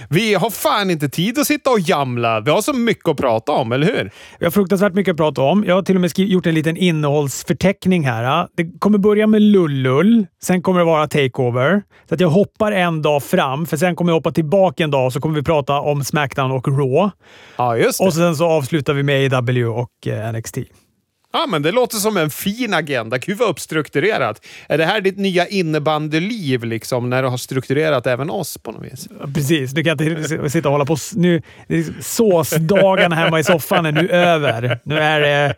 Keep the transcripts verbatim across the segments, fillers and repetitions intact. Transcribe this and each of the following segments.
Vi har fan inte tid att sitta och jamla. Vi har så mycket att prata om, eller hur? Vi har fruktansvärt mycket att prata om. Jag har till och med skrivit, gjort en liten innehållsförteckning här. Det kommer börja med Lullull. Sen kommer det vara Takeover. Så att jag hoppar en dag fram, för sen kommer jag hoppa tillbaka en dag och så kommer vi prata om SmackDown och Raw. Ja, just det. Och sen så avslutar vi med A E W och eh, N X T. Ja, men det låter som en fin agenda. Gud vad uppstrukturerat. Är det här ditt nya innebandyliv liksom, när du har strukturerat även oss på något vis? Precis. Du kan inte sitta och hålla på. Nu, såsdagarna hemma i soffan är nu över. Nu är det,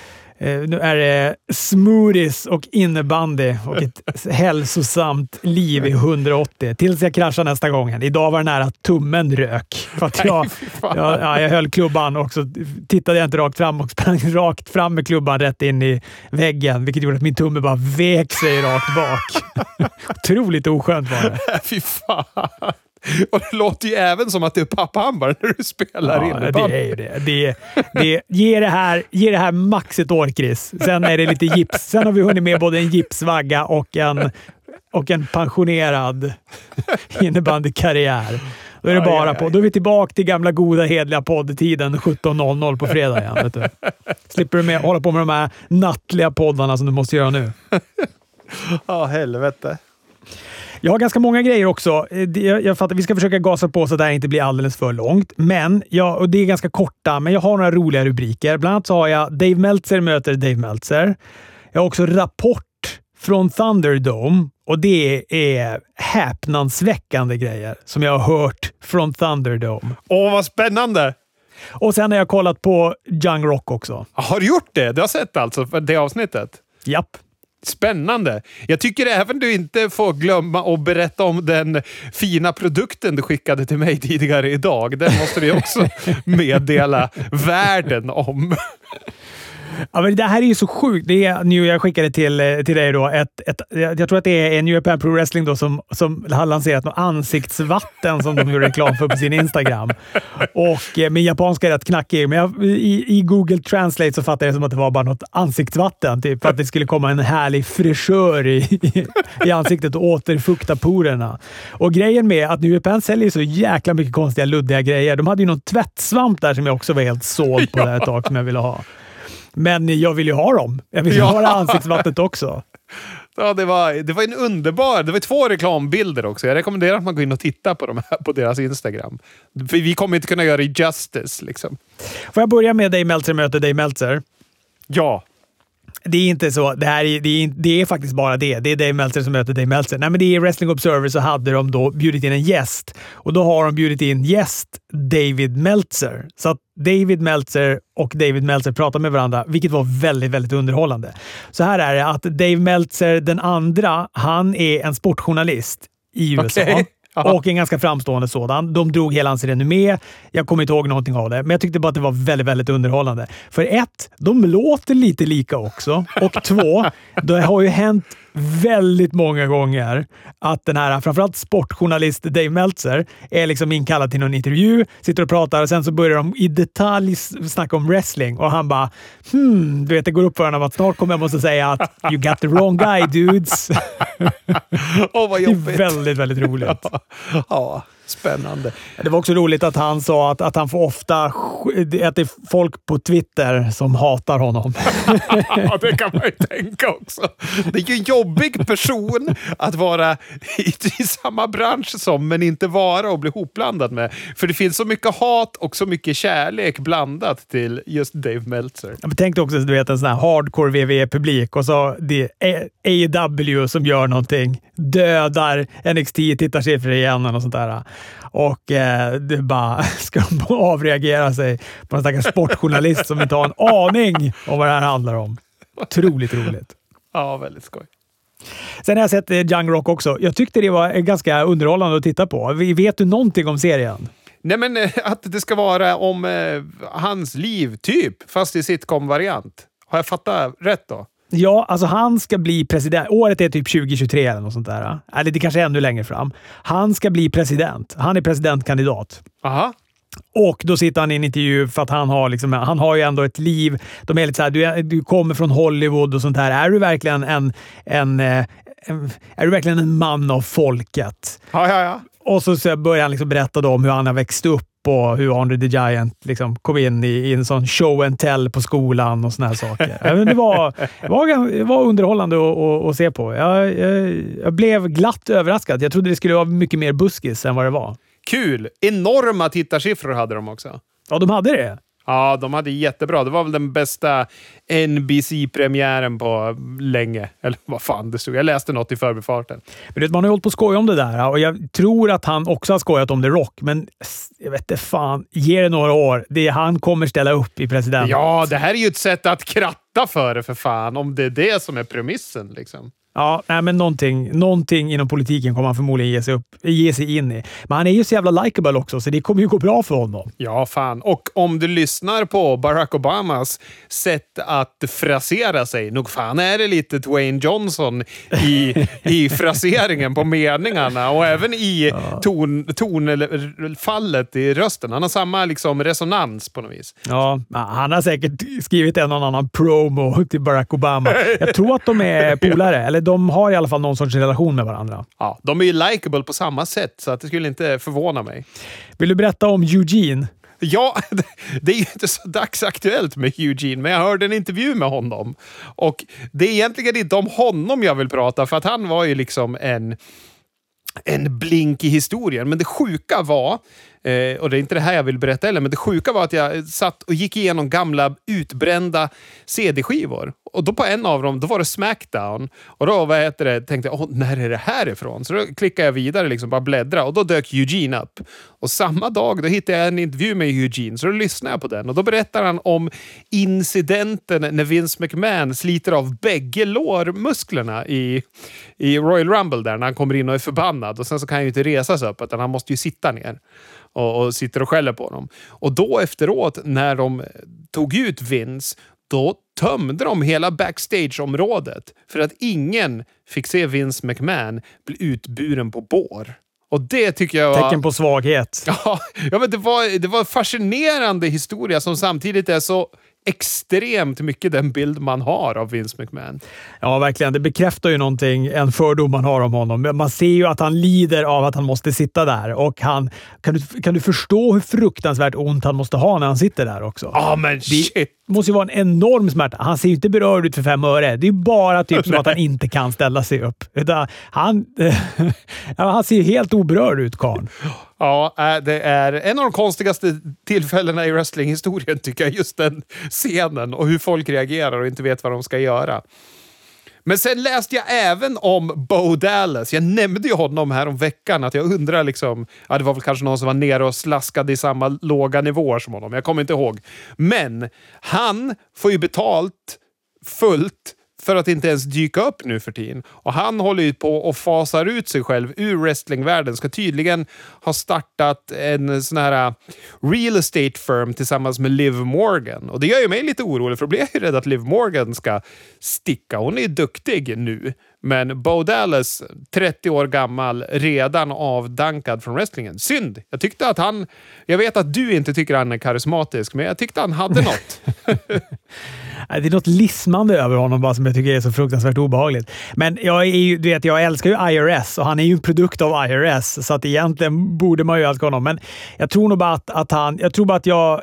nu är det smoothies och innebandy och ett hälsosamt liv i hundraåttio. Tills jag kraschar nästa gången. Idag var det nära att tummen rök. För att jag, jag, ja, jag höll klubban och så tittade jag inte rakt fram och sprang rakt fram med klubban rätt in i väggen. Vilket gjorde att min tumme bara vek sig rakt bak. Otroligt oskönt var det. Fy fan. Och det låter ju även som att det är papphammar när du spelar ja, in. Det är ju det. det, det ge, det här, ge det här max ett år, Chris. Sen är det lite gips. Sen har vi hunnit med både en gipsvagga och en, och en pensionerad innebandykarriär. Då är det bara aj, aj, aj. på. Då är vi tillbaka till gamla goda hedliga poddtiden sjutton noll noll på fredag igen. Vet du. Slipper du med hålla på med de här nattliga poddarna som du måste göra nu. Ja, helvete. Jag har ganska många grejer också. Jag, jag fattar, vi ska försöka gasa på så att det här inte blir alldeles för långt. Men jag, och det är ganska korta, men jag har några roliga rubriker. Bland annat så har jag Dave Meltzer möter Dave Meltzer. Jag har också Rapport från Thunderdome. Och det är häpnadsväckande grejer som jag har hört från Thunderdome. Åh, vad spännande! Och sen har jag kollat på Young Rock också. Har du gjort det? Du har sett alltså för det avsnittet? Japp. Spännande. Jag tycker även du inte får glömma att berätta om den fina produkten du skickade till mig tidigare idag. Den måste du också meddela världen om. Ja, men det här är ju så sjukt. Det är nu jag skickade till, till dig då. Ett, ett, jag tror att det är New Japan Pro Wrestling då som, som har lanserat något ansiktsvatten som de gjorde reklam för på sin Instagram. Och min japanska är rätt knackig. Men jag, i, i Google Translate så fattade jag som att det var bara något ansiktsvatten. Typ, för att det skulle komma en härlig fräschör i, i, i ansiktet och återfukta porerna. Och grejen med att New Japan säljer så jäkla mycket konstiga, luddiga grejer. De hade ju någon tvättsvamp där som jag också var helt såld på ja. det här ett tag som jag ville ha. Men jag vill ju ha dem. Jag vill ju ja. ha det ansiktsvattnet också. Ja, det var, det var en underbar... Det var två reklambilder också. Jag rekommenderar att man går in och tittar på dem här på deras Instagram. För vi kommer inte kunna göra det justice, liksom. Får jag börja med Dave Meltzer möter Dave Meltzer? Ja. Det är inte så. Det, här är, det, är, det är faktiskt bara det. Det är Dave Meltzer som möter Dave Meltzer. Nej, men det är Wrestling Observer så hade de då bjudit in en gäst. Och då har de bjudit in gäst David Meltzer. Så att David Meltzer och David Meltzer pratar med varandra, vilket var väldigt, väldigt underhållande. Så här är det att Dave Meltzer, den andra, han är en sportjournalist i U S A. Okay. Och en ganska framstående sådan. De drog hela hans renommé. Jag kommer inte ihåg någonting av det. Men jag tyckte bara att det var väldigt, väldigt underhållande. För ett, de låter lite lika också. Och två, det har ju hänt väldigt många gånger att den här, framförallt sportjournalist Dave Meltzer, är liksom inkallad till någon intervju, sitter och pratar och sen så börjar de i detalj snacka om wrestling och han bara hmm, du vet, det går upp för honom att snart kommer jag måste säga att you got the wrong guy, dudes. Åh, vad jobbigt. Det är väldigt, väldigt roligt. Ja, ja, spännande. Det var också roligt att han sa att, att han får ofta att det är folk på Twitter som hatar honom. Ja, det kan man ju tänka också. Det är ju en jobbig person att vara i, i samma bransch som, men inte vara och bli hopblandad med. För det finns så mycket hat och så mycket kärlek blandat till just Dave Meltzer. Jag tänkte också att du vet en sån här hardcore V V E-publik och så det är A E W som gör någonting. Dödar N X T, tittar siffror igen och sånt där. Och eh, det bara ska de avreagera sig på en stackars sportjournalist som inte har en aning om vad det här handlar om. Otroligt roligt. Ja, väldigt skoj. Sen har jag sett eh, Young Rock också. Jag tyckte det var ganska underhållande att titta på. Vet du någonting om serien? Nej, men eh, att det ska vara om eh, hans liv, typ. Fast i sitcom-variant. Har jag fattat rätt då? Ja, alltså han ska bli president. Året är typ tjugo tjugotre eller något sånt där. Eller det kanske är ännu längre fram. Han ska bli president. Han är presidentkandidat. Aha. Och då sitter han i en intervju för att han har, liksom, han har ju ändå ett liv. De är lite så här, du, är, du kommer från Hollywood och sånt där. Är du verkligen en, en, en, är du verkligen en man av folket? Ja, ja, ja. Och så, så börjar han liksom berätta då om hur han har växt upp och hur Andre the Giant liksom kom in i, i en sån show and tell på skolan och såna här saker. Det var, det var, det var underhållande att, att, att se på. Jag, jag, jag blev glatt överraskad. Jag trodde det skulle vara mycket mer buskis än vad det var. Kul! Enorma tittarsiffror hade de också. Ja, de hade det. Ja, de hade jättebra. Det var väl den bästa N B C-premiären på länge. Eller vad fan det stod. Jag läste något i förbifarten. Men vet, man har ju hållit på att skoja om det där och jag tror att han också har skojat om The Rock, men jag vet inte fan. Ge det några år. Det är, han kommer ställa upp i president. Ja, det här är ju ett sätt att kratta för det för fan. Om det är det som är premissen liksom. Ja, nej, men någonting, någonting inom politiken kommer han förmodligen ge sig, upp, ge sig in i. Men han är ju så jävla likeable också, så det kommer ju gå bra för honom. Ja, fan. Och om du lyssnar på Barack Obamas sätt att frasera sig, nog fan är det lite Dwayne Johnson i, i fraseringen på meningarna och även i ja. ton, tonfallet i rösten. Han har samma liksom resonans på något vis. Ja, han har säkert skrivit en och annan promo till Barack Obama. Jag tror att de är polare, eller de har i alla fall någon sorts relation med varandra. Ja, de är ju likeable på samma sätt, så att det skulle inte förvåna mig. Vill du berätta om Eugene? Ja, det är ju inte så dagsaktuellt med Eugene, men jag hörde en intervju med honom. Och det är egentligen inte om honom jag vill prata, för att han var ju liksom en, en blink i historien. Men det sjuka var, eh, och det är inte det här jag vill berätta heller, men det sjuka var att jag satt och gick igenom gamla utbrända C D-skivor. Och då på en av dem, då var det Smackdown. Och då, vad heter det, tänkte jag, åh, när är det här ifrån? Så då klickade jag vidare, liksom bara bläddra. Och då dök Eugene upp. Och samma dag, då hittade jag en intervju med Eugene. Så då lyssnade jag på den. Och då berättar han om incidenten när Vince McMahon sliter av bägge lårmusklerna i, i Royal Rumble där. När han kommer in och är förbannad. Och sen så kan han ju inte resa sig upp, utan han måste ju sitta ner. Och, och sitter och skäller på dem. Och då efteråt, när de tog ut Vince, då tömde de hela backstage-området för att ingen fick se Vince McMahon bli utburen på bår. Och det tycker jag var... Tecken på svaghet. Ja, ja men det var, det var en fascinerande historia som samtidigt är så extremt mycket den bild man har av Vince McMahon. Ja, verkligen. Det bekräftar ju någonting, en fördom man har om honom. Man ser ju att han lider av att han måste sitta där. Och han, kan, du, kan du förstå hur fruktansvärt ont han måste ha när han sitter där också? Ja, oh, men shit! Det måste ju vara en enorm smärta. Han ser ju inte berörd ut för fem öre. Det är ju bara typ som att han inte kan ställa sig upp. Utan han, han ser helt oberörd ut, karln. Ja, det är en av de konstigaste tillfällena i wrestlinghistorien tycker jag, just den scenen och hur folk reagerar och inte vet vad de ska göra. Men sen läste jag även om Bo Dallas. Jag nämnde ju honom här om veckan att jag undrar liksom, ja, det var väl kanske någon som var nere och slaskade i samma låga nivåer som honom. Jag kommer inte ihåg. Men han får ju betalt fullt för att inte ens dyka upp nu för tiden. Och han håller ju på och fasar ut sig själv ur wrestlingvärlden. Ska tydligen ha startat en sån här real estate firm tillsammans med Liv Morgan. Och det gör ju mig lite orolig, för då blir jag ju rädd att Liv Morgan ska sticka. Hon är duktig nu. Men Bo Dallas, trettio år gammal, redan avdankad från wrestlingen. Synd. Jag tyckte att han... Jag vet att du inte tycker han är karismatisk, men jag tyckte han hade något. Det är något lismande över honom bara som jag tycker är så fruktansvärt obehagligt. Men jag, är ju, du vet, jag älskar ju I R S och han är ju en produkt av I R S, så att egentligen borde man ju älska honom. Men jag tror nog bara att, att han... Jag tror bara att jag...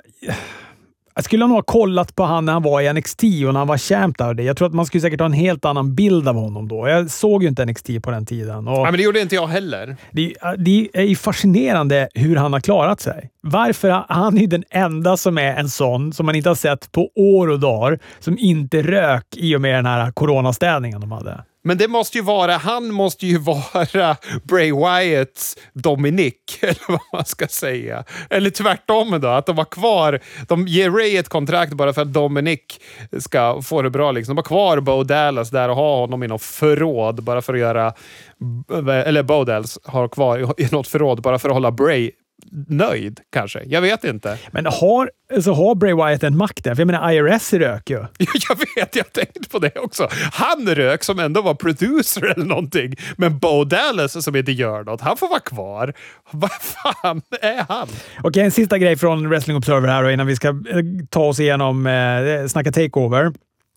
Jag skulle nog ha kollat på han när han var i N X T och när han var champ där. Jag tror att man skulle säkert ha en helt annan bild av honom då. Jag såg ju inte N X T på den tiden. Och ja, men det gjorde inte jag heller. Det, det är ju fascinerande hur han har klarat sig. Varför? Han är ju den enda som är en sån som man inte har sett på år och dagar, som inte rök i och med den här coronastädningen de hade. Men det måste ju vara, han måste ju vara Bray Wyatts Dominic, eller vad man ska säga. Eller tvärtom då, att de var kvar, de ger Ray ett kontrakt bara för att Dominic ska få det bra liksom. De var kvar Bo Dallas där och ha honom i något förråd bara för att göra, eller Bo Dallas har kvar i något förråd bara för att hålla Bray nöjd, kanske. Jag vet inte. Men har, så har Bray Wyatt en makten? För jag menar, I R S rök ju. Jag vet, jag tänkte på det också. Han rök som ändå var producer eller någonting. Men Bo Dallas som inte gör något, han får vara kvar. Vad fan är han? Okej, en sista grej från Wrestling Observer här och innan vi ska ta oss igenom eh, snacka takeover.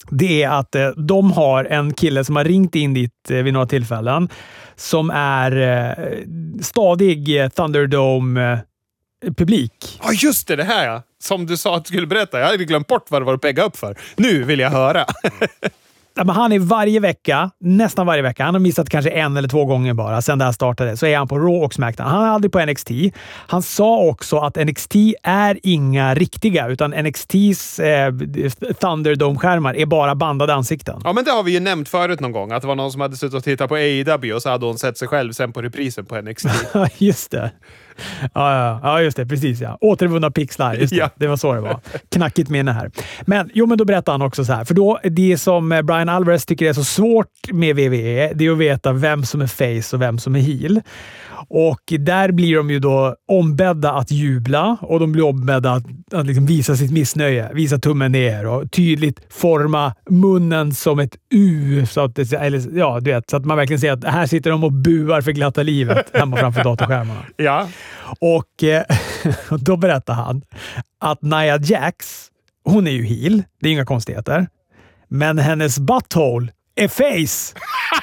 det är att eh, de har en kille som har ringt in dit eh, vid några tillfällen som är eh, stadig eh, Thunderdome-publik. Ja, just det, det här ja. Som du sa att du skulle berätta. Jag hade glömt bort vad det var att pegga upp för. Nu vill jag höra. Ja, men han är varje vecka, nästan varje vecka, han har missat kanske en eller två gånger bara sedan det här startade, så är han på Raw och SmackDown. Han är aldrig på N X T. Han sa också att N X T är inga riktiga, utan N X T:s eh, Thunderdome-skärmar är bara bandade ansikten. Ja, men det har vi ju nämnt förut någon gång. Att det var någon som hade suttit och tittat på A E W och så hade hon sett sig själv sen på reprisen på N X T. Ja, just det. Ja, ja, ja, just det. Precis, ja. Återvunna pixlar. Just det. Ja. Det var så det var. Knackigt minne här. Men, jo, men då berättar han också så här. För då, det som Brian Alvarez tycker är så svårt med W W E, det är att veta vem som är face och vem som är heel. Och där blir de ju då ombedda att jubla och de blir ombedda att, att liksom visa sitt missnöje, visa tummen ner och tydligt forma munnen som ett U. Så att, det, eller, ja, du vet, så att man verkligen ser att här sitter de och buar för glatta livet hemma framför datorskärmarna. Ja. Och, eh, och då berättar han att Nia Jax, hon är ju heel, det är inga konstigheter, men hennes butthole är face.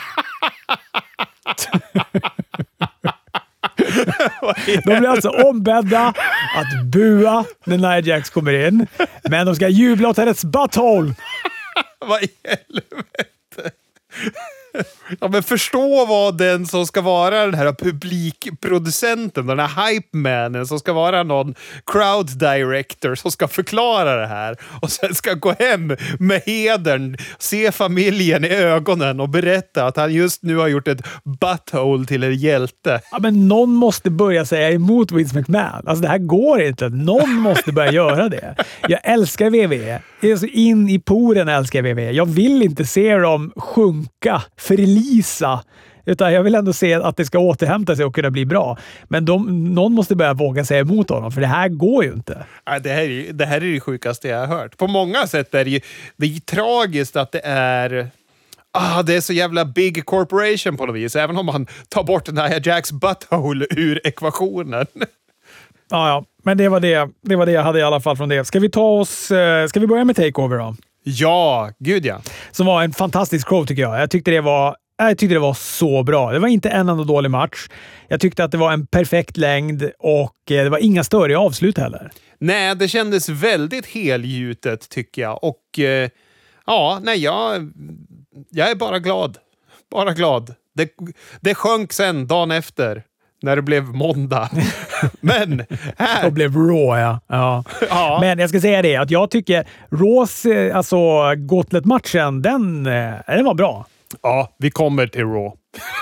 De blir alltså ombedda att bua när Nia Jax kommer in, men de ska jubla åt hennes butthole. Vad i helvete? Ja, men förstå vad den som ska vara den här publikproducenten, den här hype-mannen som ska vara någon crowd director som ska förklara det här och sen ska gå hem med hedern, se familjen i ögonen och berätta att han just nu har gjort ett butthole till en hjälte. Ja, men någon måste börja säga emot Vince McMahon. Alltså det här går inte. Någon måste börja göra det. Jag älskar W W E. Jag är så in i poren älskar W W E. Jag vill inte se dem sjunka, förlisa. Utan jag vill ändå se att det ska återhämta sig och kunna bli bra. Men de, någon måste börja våga säga emot honom, för det här går ju inte. Ja, det, här är, det här är det sjukaste jag har hört. På många sätt är det ju, det är ju tragiskt att det är... Ah, det är så jävla big corporation på något vis. Även om man tar bort Nia Jax butthole ur ekvationen. Ja, ja. Men det var det, det var det jag hade i alla fall från det. Ska vi ta oss... Ska vi börja med Takeover då? Ja, gud ja. Som var en fantastisk show tycker jag. Jag tyckte det var... Jag tyckte det var så bra. Det var inte en enda dålig match. Jag tyckte att det var en perfekt längd och det var inga större avslut heller. Nej, det kändes väldigt helgjutet tycker jag. Och eh, ja, nej, jag, jag är bara glad. Bara glad. Det, det sjönk sen dagen efter när det blev måndag. Men här... Det blev Raw, ja. Ja. Ja. Men jag ska säga det, att jag tycker Raws, alltså Gauntlet-matchen, den, den var bra. Ja, vi kommer till Raw.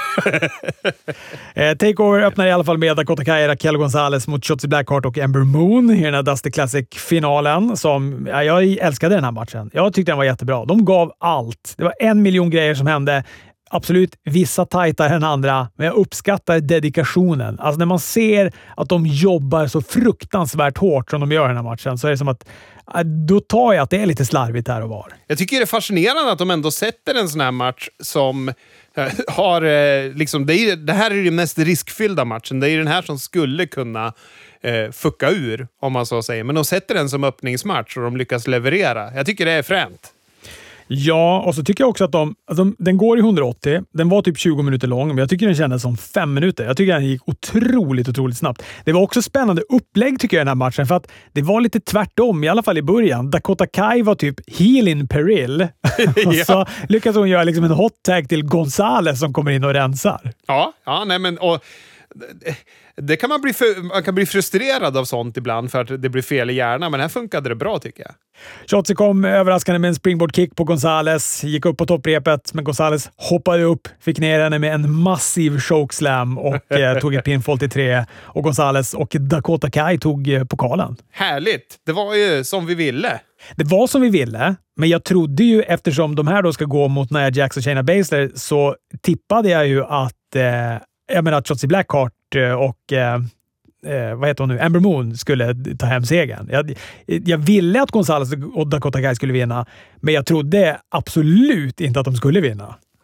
Takeover öppnar i alla fall med Dakota Kai, Raquel Gonzalez mot Shotzi Blackheart och Ember Moon i den här Dusty Classic-finalen. Som, ja, jag älskade den här matchen. Jag tyckte den var jättebra. De gav allt. Det var en miljon grejer som hände. Absolut, vissa tajtare än andra, men jag uppskattar dedikationen. Alltså när man ser att de jobbar så fruktansvärt hårt som de gör i den här matchen, så är det som att då tar jag att det är lite slarvigt här och var. Jag tycker det är fascinerande att de ändå sätter en sån här match som har liksom, det, är, det här är den mest riskfyllda matchen. Det är den här som skulle kunna eh, fucka ur, om man så säger. Men de sätter den som öppningsmatch och de lyckas leverera. Jag tycker det är fränt. Ja, och så tycker jag också att de, alltså, den går i hundraåttio. Den var typ tjugo minuter lång, men jag tycker den kändes som fem minuter. Jag tycker den gick otroligt, otroligt snabbt. Det var också spännande upplägg tycker jag i den här matchen, för att det var lite tvärtom, i alla fall i början. Dakota Kai var typ healing Peril. Och så lyckas hon göra liksom en hot tag till Gonzalez som kommer in och rensar. Ja, ja nej men... Och det kan man bli för, man kan bli frustrerad av sånt ibland för att det blir fel i hjärnan, men här funkade det bra tycker jag. Shotzi kom överraskande med en springboard kick på Gonzalez, gick upp på topprepet, men Gonzalez hoppade upp, fick ner henne med en massiv chokeslam och eh, tog ett pinfall till tre, och Gonzalez och Dakota Kai tog eh, pokalen. Härligt! Det var ju som vi ville. Det var som vi ville, men jag trodde ju, eftersom de här då ska gå mot Nia Jax och Shayna Baszler, så tippade jag ju att eh, jag menar att Shotzi Blackheart och eh, eh, vad heter hon nu? Ember Moon skulle ta hem segern. Jag, jag ville att Gonzalez och Dakota Kai skulle vinna, men jag trodde absolut inte att de skulle vinna.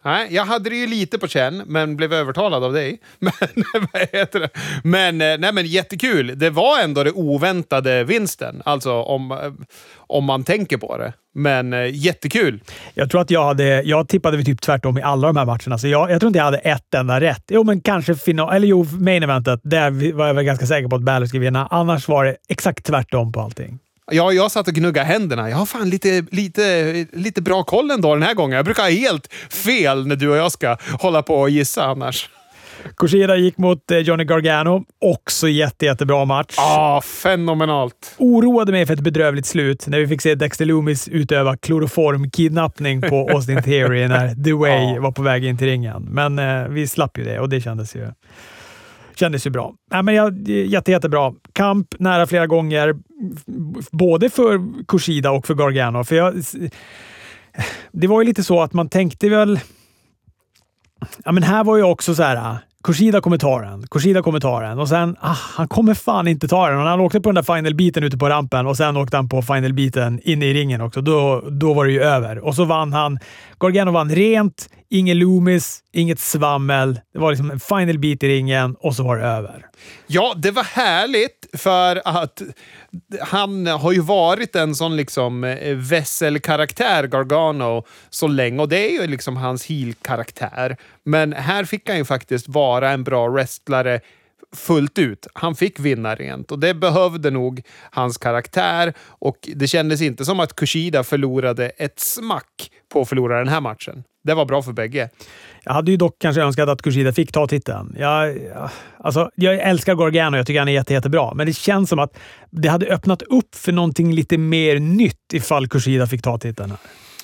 Nej, jag hade det ju lite på känn, men blev övertalad av dig. Men, vad heter det? Men, nej, men jättekul. Det var ändå det oväntade vinsten. Alltså om, om man tänker på det. Men jättekul. Jag tror att jag hade... Jag tippade vi typ tvärtom i alla de här matcherna. Så jag, jag tror inte jag hade ett enda rätt. Jo, men kanske final... Eller jo, main eventet. Där var jag väl ganska säker på att Balor skulle vinna. Annars var det exakt tvärtom på allting. Ja, jag satt och gnuggade händerna. Jag har fan lite, lite, lite bra koll ändå den här gången. Jag brukar ha helt fel när du och jag ska hålla på och gissa annars. Kushida gick mot Johnny Gargano. Också jätte, jättebra match. Ja, ah, fenomenalt. Oroade mig för ett bedrövligt slut när vi fick se Dexter Lumis utöva kloroformkidnappning på Austin Theory när The Way ah. var på väg in till ringen. Men eh, vi slapp ju det och det kändes ju... Kändes ju bra. Nej, men jag, jätte, jättebra. Kamp nära flera gånger. Både för Kushida och för Gargano. För jag, det var ju lite så att man tänkte väl... Ja, men här var ju också så här... Kushida kommer ta den. Kushida kommer ta den. Och sen, ah, han kommer fan inte ta den. Och han åkte på den där final-biten ute på rampen och sen åkte han på final-biten inne i ringen också. Då, då var det ju över. Och så vann han. Gargano vann rent. Ingen Loomis, inget svammel. Det var liksom en final-bit i ringen och så var det över. Ja, det var härligt för att han har ju varit en sån liksom vesselkaraktär, Gargano, så länge. Och det är ju liksom hans heel-karaktär. Men här fick han ju faktiskt vara en bra wrestlare fullt ut. Han fick vinna rent och det behövde nog hans karaktär och det kändes inte som att Kushida förlorade ett smack på att förlora den här matchen. Det var bra för bägge. Jag hade ju dock kanske önskat att Kushida fick ta titeln. Jag, alltså, jag älskar Gargano, jag tycker han är jätte, jättebra. Men det känns som att det hade öppnat upp för någonting lite mer nytt ifall Kushida fick ta titeln.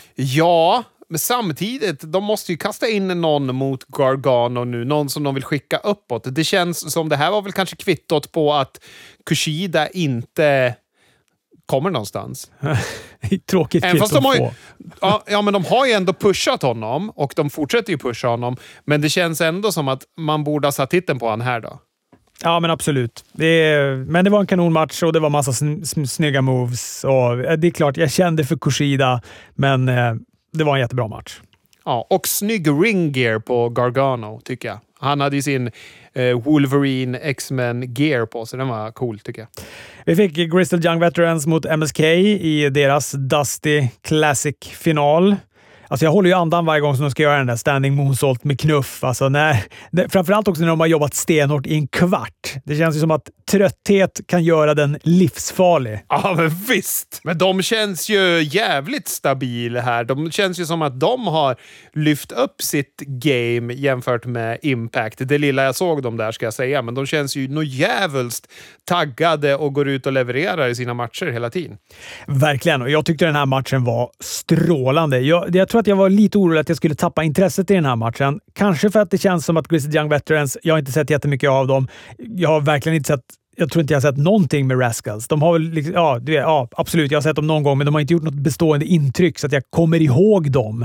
Ja, men samtidigt, de måste ju kasta in någon mot Gargano nu. Någon som de vill skicka uppåt. Det känns som det här var väl kanske kvittot på att Kushida inte kommer någonstans. Tråkigt kvitto fast de har ju, ja, ja, men de har ju ändå pushat honom och de fortsätter ju pusha honom. Men det känns ändå som att man borde ha satt titeln på han här då. Ja, men absolut. Det är, men det var en kanonmatch och det var massa sn- sn- snygga moves. Och det är klart, jag kände för Kushida, men eh, det var en jättebra match. Ja, och snygg ring gear på Gargano, tycker jag. Han hade ju sin eh, Wolverine X-Men gear på sig. Den var cool, tycker jag. Vi fick Crystal Young Veterans mot M S K i deras Dusty Classic-final. Alltså jag håller ju andan varje gång som de ska göra den där standing moonsault med knuff. Alltså när, framförallt också när de har jobbat stenhårt i en kvart. Det känns ju som att trötthet kan göra den livsfarlig. Ja, men visst. Men de känns ju jävligt stabila här. De känns ju som att de har lyft upp sitt game jämfört med Impact. Det lilla jag såg dem där ska jag säga. Men de känns ju nog jävligt taggade och går ut och levererar i sina matcher hela tiden. Verkligen. Och jag tyckte den här matchen var strålande. Jag, jag tror att jag var lite orolig att jag skulle tappa intresset i den här matchen. Kanske för att det känns som att Crystal Young Veterans, jag har inte sett jättemycket av dem. Jag har verkligen inte sett, jag tror inte jag har sett någonting med Rascals. De har väl, liksom, ja, det, ja, absolut, jag har sett dem någon gång, men de har inte gjort något bestående intryck så att jag kommer ihåg dem.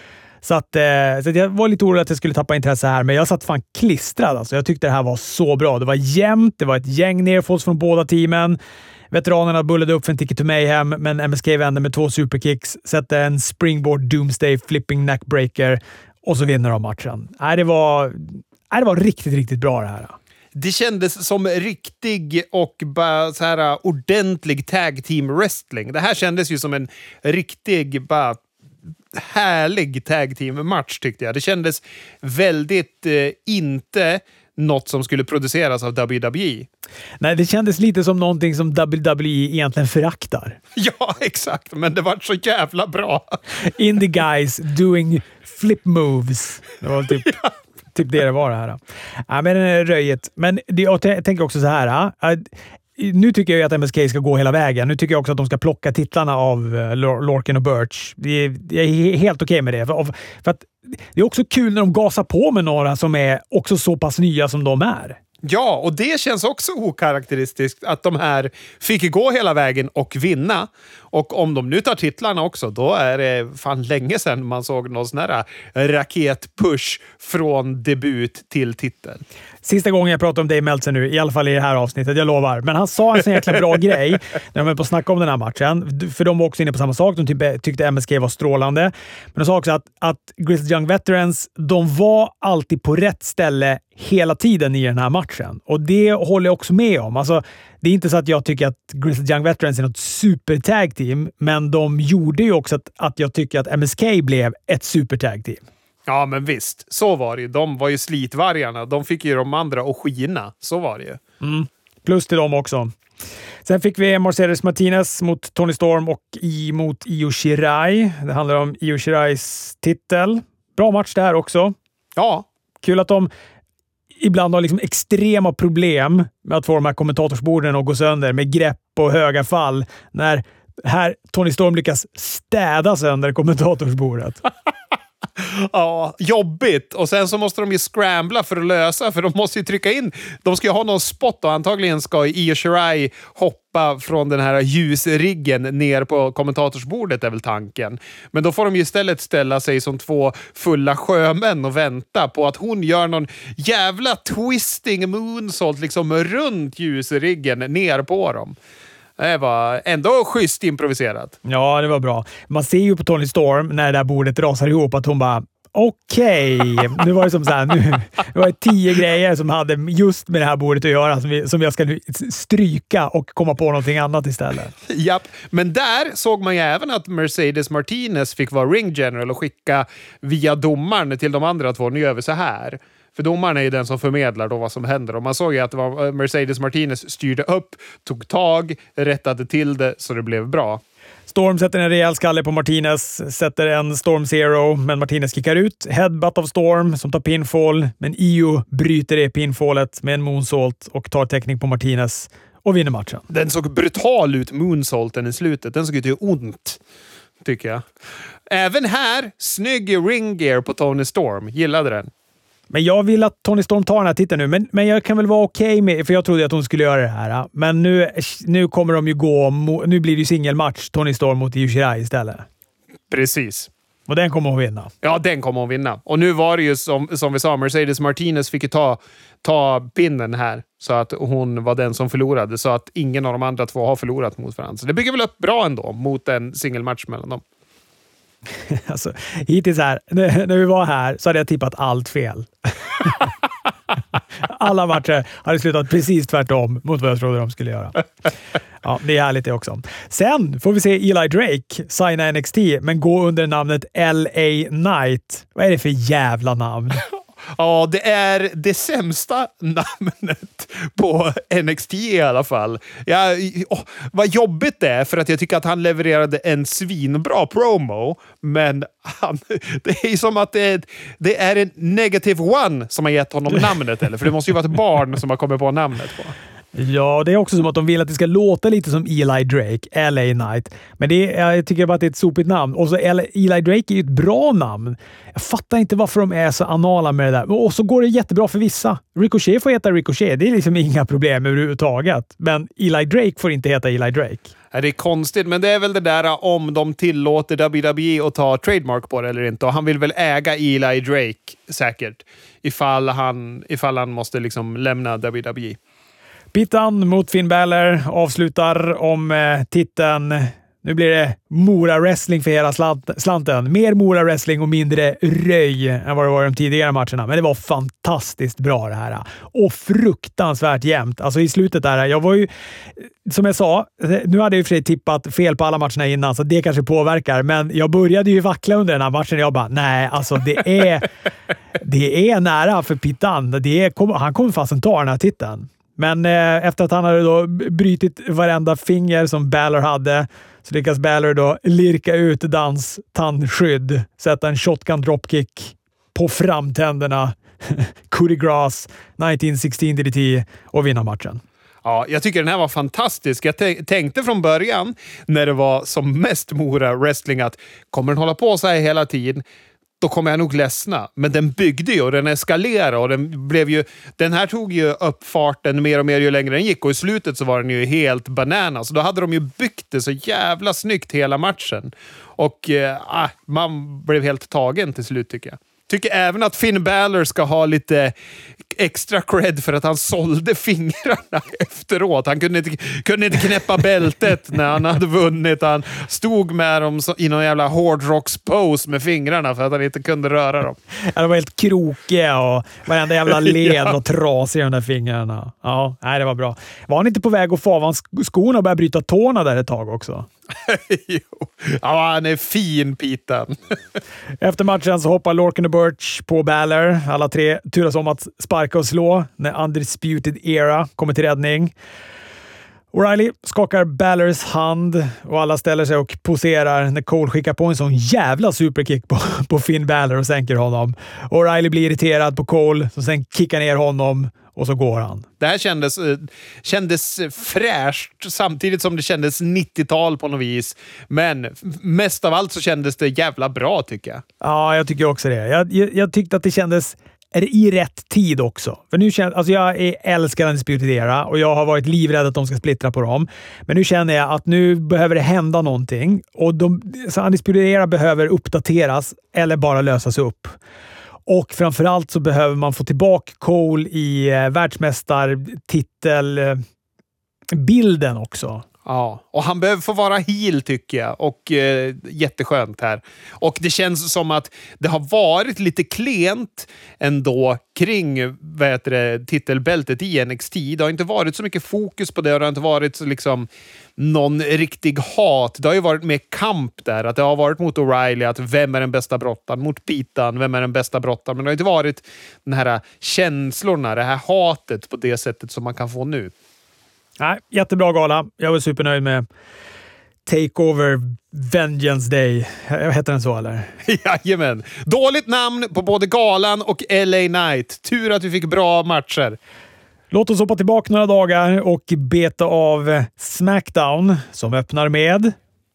Så att, eh, så att jag var lite orolig att jag skulle tappa intresse här, men jag satt fan klistrad. Alltså. Jag tyckte det här var så bra. Det var jämnt, det var ett gäng nerfalls från båda teamen. Veteranerna bullade upp för en ticket to Mayhem, men M S K vände med två superkicks, sätter en springboard doomsday flipping neckbreaker och så vinner de matchen. Nej, det var, nej, det var riktigt, riktigt bra det här. Det kändes som riktig och bara så här ordentlig tag team wrestling. Det här kändes ju som en riktig bara härlig tag team match tyckte jag. Det kändes väldigt eh, inte något som skulle produceras av W W E. Nej, det kändes lite som någonting som W W E egentligen föraktar. Ja, exakt. Men det var så jävla bra. Indie guys doing flip moves. Det var typ, ja. typ det det var det här. Ja, men röjet. Men det, jag tänker också så här. Äh, nu tycker jag att M S K ska gå hela vägen. Nu tycker jag också att de ska plocka titlarna av Lorcan och Birch. Jag är helt okej okay med det. För, för att det är också kul när de gasar på med några som är också så pass nya som de är. Ja, och det känns också okaraktäristiskt att de här fick gå hela vägen och vinna. Och om de nu tar titlarna också, då är det fan länge sedan man såg någon sån här raketpush från debut till titel. Sista gången jag pratar om Dave Meltzer nu, i alla fall i det här avsnittet, jag lovar. Men han sa en sån jäkla bra grej när de var på att snacka om den här matchen. För de var också inne på samma sak. De typ, tyckte M S K var strålande. Men de sa också att, att Grizzled Young Veterans, de var alltid på rätt ställe hela tiden i den här matchen. Och det håller jag också med om. Alltså, det är inte så att jag tycker att Grizzled Young Veterans är något super tag team, men de gjorde ju också att, att jag tycker att M S K blev ett super tag team. Ja, men visst. Så var det ju. De var ju slitvargarna. De fick ju de andra att skina. Så var det ju. Mm. Plus till dem också. Sen fick vi Mercedes Martinez mot Toni Storm och i, mot Io Shirai. Det handlar om Io Shirais titel. Bra match där också. Ja. Kul att de ibland har liksom extrema problem med att få de här kommentatorsborden att gå sönder med grepp och höga fall. När här Toni Storm lyckas städa sönder kommentatorsbordet. Ja, jobbigt. Och sen så måste de ju scrambla för att lösa, för de måste ju trycka in. De ska ju ha någon spot och antagligen ska Io Shirai hoppa från den här ljusriggen ner på kommentatorsbordet är väl tanken. Men då får de ju istället ställa sig som två fulla sjömän och vänta på att hon gör någon jävla twisting moonsault liksom runt ljusriggen ner på dem. Det var ändå schysst improviserat. Ja, det var bra. Man ser ju på Toni Storm när det där bordet rasar ihop att hon bara okej, okay. Nu var det som så här, nu det var det tio grejer som hade just med det här bordet att göra som, vi, som jag ska stryka och komma på någonting annat istället. Japp, men där såg man ju även att Mercedes Martinez fick vara ring general och skicka via domaren till de andra två. Nu gör vi så här. För domaren är ju den som förmedlar då vad som händer. Och man såg ju att det var Mercedes Martinez styrde upp, tog tag, rättade till det så det blev bra. Storm sätter en rejäl skalle på Martinez, sätter en Storm Zero, men Martinez kickar ut. Headbutt av Storm som tar pinfall, men Io bryter det pinfallet med en moonsault och tar täckning på Martinez och vinner matchen. Den såg brutal ut, moonsaulten i slutet. Den såg ut ont, tycker jag. Även här, snygg ring gear på Toni Storm. Gillade den. Men jag vill att Toni Storm tar den här titeln nu. Men, men jag kan väl vara okej okay med, för jag trodde att hon skulle göra det här. Men nu, nu kommer de ju gå... Nu blir det ju singelmatch Toni Storm mot Io Shirai istället. Precis. Och den kommer hon vinna. Ja, den kommer hon vinna. Och nu var det ju som, som vi sa, Mercedes Martinez fick ju ta, ta pinnen här. Så att hon var den som förlorade. Så att ingen av de andra två har förlorat mot varandra. Så det bygger väl upp bra ändå mot en singelmatch mellan dem. Alltså, hittills här, när, när vi var här så hade jag tippat allt fel. Alla matcher hade slutat precis tvärtom mot vad jag trodde de skulle göra. Ja, det är härligt det också. Sen får vi se Eli Drake signa N X T, men gå under namnet L A Knight. Vad är det för jävla namn? Ja, det är det sämsta namnet på N X T i alla fall. Ja, oh, vad jobbigt det är, för att jag tycker att han levererade en svinbra promo, men han, det är som att det är, det är en negative one som har gett honom namnet, eller? För det måste ju vara ett barn som har kommit på namnet på. Ja, det är också som att de vill att det ska låta lite som Eli Drake, L A Knight. Men det är, jag tycker bara att det är ett sopigt namn. Och så Eli Drake är ju ett bra namn. Jag fattar inte varför de är så anala med det där. Och så går det jättebra för vissa. Ricochet får heta Ricochet. Det är liksom inga problem överhuvudtaget. Men Eli Drake får inte heta Eli Drake. Ja, det är konstigt, men det är väl det där om de tillåter W W E att ta trademark på det eller inte. Och han vill väl äga Eli Drake säkert. Ifall han, ifall han måste liksom lämna W W E. Pittan mot Finn Balor avslutar om eh, titeln. Nu blir det Mora-wrestling för hela slant, slanten. Mer Mora-wrestling och mindre röj än vad det var i de tidigare matcherna. Men det var fantastiskt bra det här. Och fruktansvärt jämnt. Alltså i slutet där, jag var ju... Som jag sa, nu hade jag i och för sig tippat fel på alla matcherna innan, så det kanske påverkar. Men jag började ju vackla under den här matchen och jag bara, nej, alltså det är... det är nära för Pittan. Det är, han kommer fast ta den här titeln. Men eh, efter att han hade då brytit varenda finger som Balor hade, så lyckas Balor då lirka ut dans tandskydd, sätta en shotgun dropkick på framtänderna, coup de grace, nitton sexton D D T och vinna matchen. Ja, jag tycker den här var fantastisk. Jag t- tänkte från början, när det var som mest Mora wrestling, att kommer den hålla på så här hela tiden, då kommer jag nog ledsna. Men den byggde ju och den eskalerade och den blev ju... Den här tog ju upp farten mer och mer ju längre den gick och i slutet så var den ju helt banana. Så då hade de ju byggt det så jävla snyggt hela matchen. Och eh, man blev helt tagen till slut tycker jag. Tycker även att Finn Balor ska ha lite extra cred för att han sålde fingrarna efteråt. Han kunde inte, kunde inte knäppa bältet när han hade vunnit. Han stod med dem i någon jävla hårdrocks-pose med fingrarna för att han inte kunde röra dem. Ja, de var helt krokiga och varenda jävla led ja. och trasiga i de där fingrarna. Ja, nej, det var bra. Var han inte på väg att få av hans skorna och börja bryta tårna där ett tag också? Jo. Ja, han är fin, Pitan. Efter matchen så hoppar Lorcan och Birch på Balor. Alla tre turas om att sparka och slå när Undisputed Era kommer till räddning. O'Reilly skakar Balors hand och alla ställer sig och poserar när Cole skickar på en sån jävla superkick på, på Finn Balor och sänker honom. O'Reilly blir irriterad på Cole som sen kickar ner honom och så går han. Det här kändes, kändes fräscht samtidigt som det kändes nittiotal på något vis. Men mest av allt så kändes det jävla bra tycker jag. Ja, jag tycker också det. Jag, jag, jag tyckte att det kändes i rätt tid också. För nu känner, alltså jag är älskar Undisputed Era och jag har varit livrädd att de ska splittra på dem. Men nu känner jag att nu behöver det hända någonting och de, så Undisputed Era behöver uppdateras eller bara lösas upp. Och framförallt så behöver man få tillbaka Cole i eh, världsmästartitelbilden också. Ja, och han behöver få vara heel tycker jag. Och eh, jätteskönt här. Och det känns som att det har varit lite klent ändå kring vad heter det, titelbältet i N X T. Det har inte varit så mycket fokus på det och det har inte varit så liksom någon riktig hat. Det har ju varit mer kamp där. Att det har varit mot O'Reilly, att vem är den bästa brottaren? Mot Pitan, vem är den bästa brottaren? Men det har inte varit den här känslorna, det här hatet på det sättet som man kan få nu. Nej, jättebra gala. Jag var supernöjd med Takeover Vengeance Day. Heter den så eller? Jajamän. Dåligt namn på både galan och L A Knight. Tur att vi fick bra matcher. Låt oss hoppa tillbaka några dagar och beta av SmackDown som öppnar med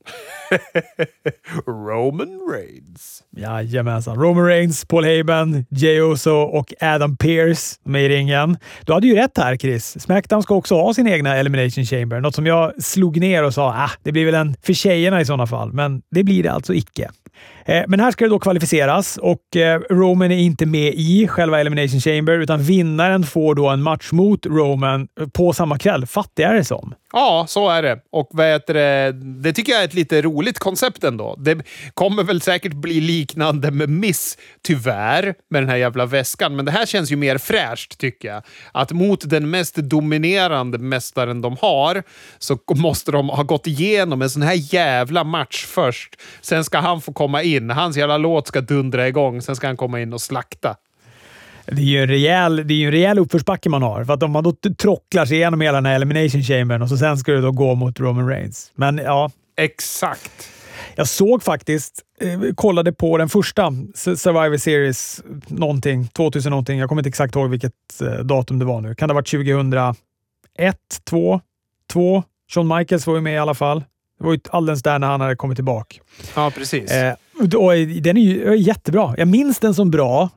Roman Reigns. Jajamensan. Roman Reigns, Paul Heyman, Jey Uso och Adam Pearce med i ringen. Du hade ju rätt här, Chris. SmackDown ska också ha sin egna Elimination Chamber. Något som jag slog ner och sa, ah, det blir väl en för tjejerna i sådana fall. Men det blir det alltså icke. Eh, men här ska det då kvalificeras och eh, Roman är inte med i själva Elimination Chamber utan vinnaren får då en match mot Roman på samma kväll. Fattig är det som. Ja, så är det. Och vad heter det? Det tycker jag är ett lite roligt koncept ändå. Det kommer väl säkert bli liknande med Miss, tyvärr, med den här jävla väskan. Men det här känns ju mer fräscht, tycker jag. Att mot den mest dominerande mästaren de har så måste de ha gått igenom en sån här jävla match först. Sen ska han få komma in. Hans jävla låt ska dundra igång. Sen ska han komma in och slakta. Det är ju en rejäl, det är ju en rejäl uppförsbacke man har. För att om man då trocklar sig igenom hela den här Elimination Chambern och så sen ska det då gå mot Roman Reigns. Men ja. Exakt. Jag såg faktiskt, eh, kollade på den första Survivor Series någonting, tvåtusen någonting. Jag kommer inte exakt ihåg vilket eh, datum det var nu. Kan det ha varit tjugohundraett, två, två. Shawn Michaels var ju med i alla fall. Det var ju alldeles där när han hade kommit tillbaka. Ja, precis. Eh, och den är ju jättebra. Jag minns den som bra.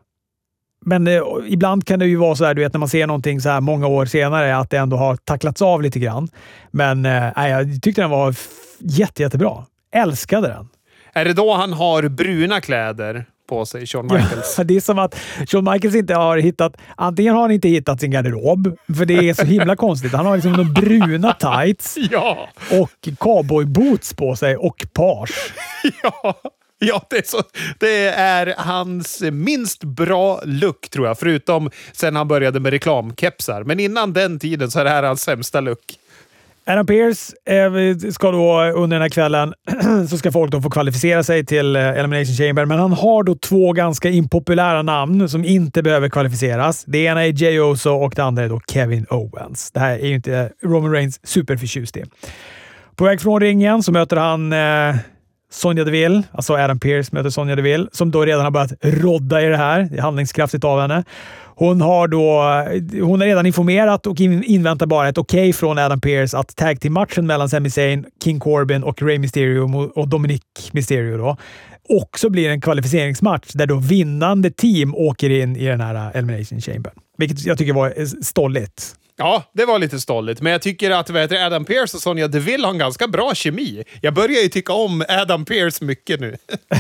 Men eh, ibland kan det ju vara så här, du vet, när man ser någonting så här många år senare att det ändå har tacklats av lite grann. Men eh, jag tyckte den var f- jätte, jättebra. Älskade den. Är det då han har bruna kläder på sig, Shawn Michaels? Ja, det är som att Shawn Michaels inte har hittat... Antingen har han inte hittat sin garderob, för det är så himla konstigt. Han har liksom de bruna tights ja. och cowboyboots på sig och page. ja. Ja, det är, så, det är hans minst bra look, tror jag. Förutom sen han började med reklamkepsar. Men innan den tiden så är det här hans sämsta look. Adam Pearce eh, ska då under den här kvällen så ska folk då få kvalificera sig till eh, Elimination Chamber. Men han har då två ganska impopulära namn som inte behöver kvalificeras. Det ena är Jey Uso och det andra är då Kevin Owens. Det här är ju inte Roman Reigns superförtjust i. På väg från ringen så möter han eh, Sonya Deville, alltså Adam Pearce möter Sonya Deville, som då redan har börjat rodda i det här. Det är handlingskraftigt av henne. Hon har då hon har redan informerat och inväntar bara ett okej okay från Adam Pearce att tag till matchen mellan Sami Zayn, King Corbin och Rey Mysterio och Dominic Mysterio då också blir en kvalificeringsmatch där då vinnande team åker in i den här Elimination Chamber. Vilket jag tycker var stolligt. Ja, det var lite stolligt. Men jag tycker att vet du, Adam Pearce och Sonya Deville har en ganska bra kemi. Jag börjar ju tycka om Adam Pearce mycket nu.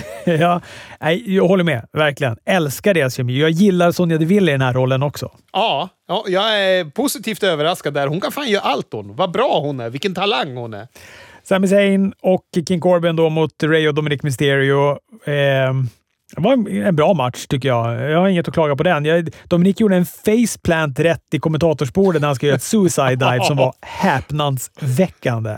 Ja, jag håller med. Verkligen. Älskar deras kemi. Jag gillar Sonya Deville i den här rollen också. Ja, ja, jag är positivt överraskad där. Hon kan fan göra allt hon. Vad bra hon är. Vilken talang hon är. Sami Zayn och King Corbin då mot Rey och Dominic Mysterio. Eh, det var en, en bra match tycker jag. Jag har inget att klaga på den. Jag, Dominic gjorde en faceplant rätt i kommentatorsbordet när han skulle göra ett suicide dive som var häpnadsväckande.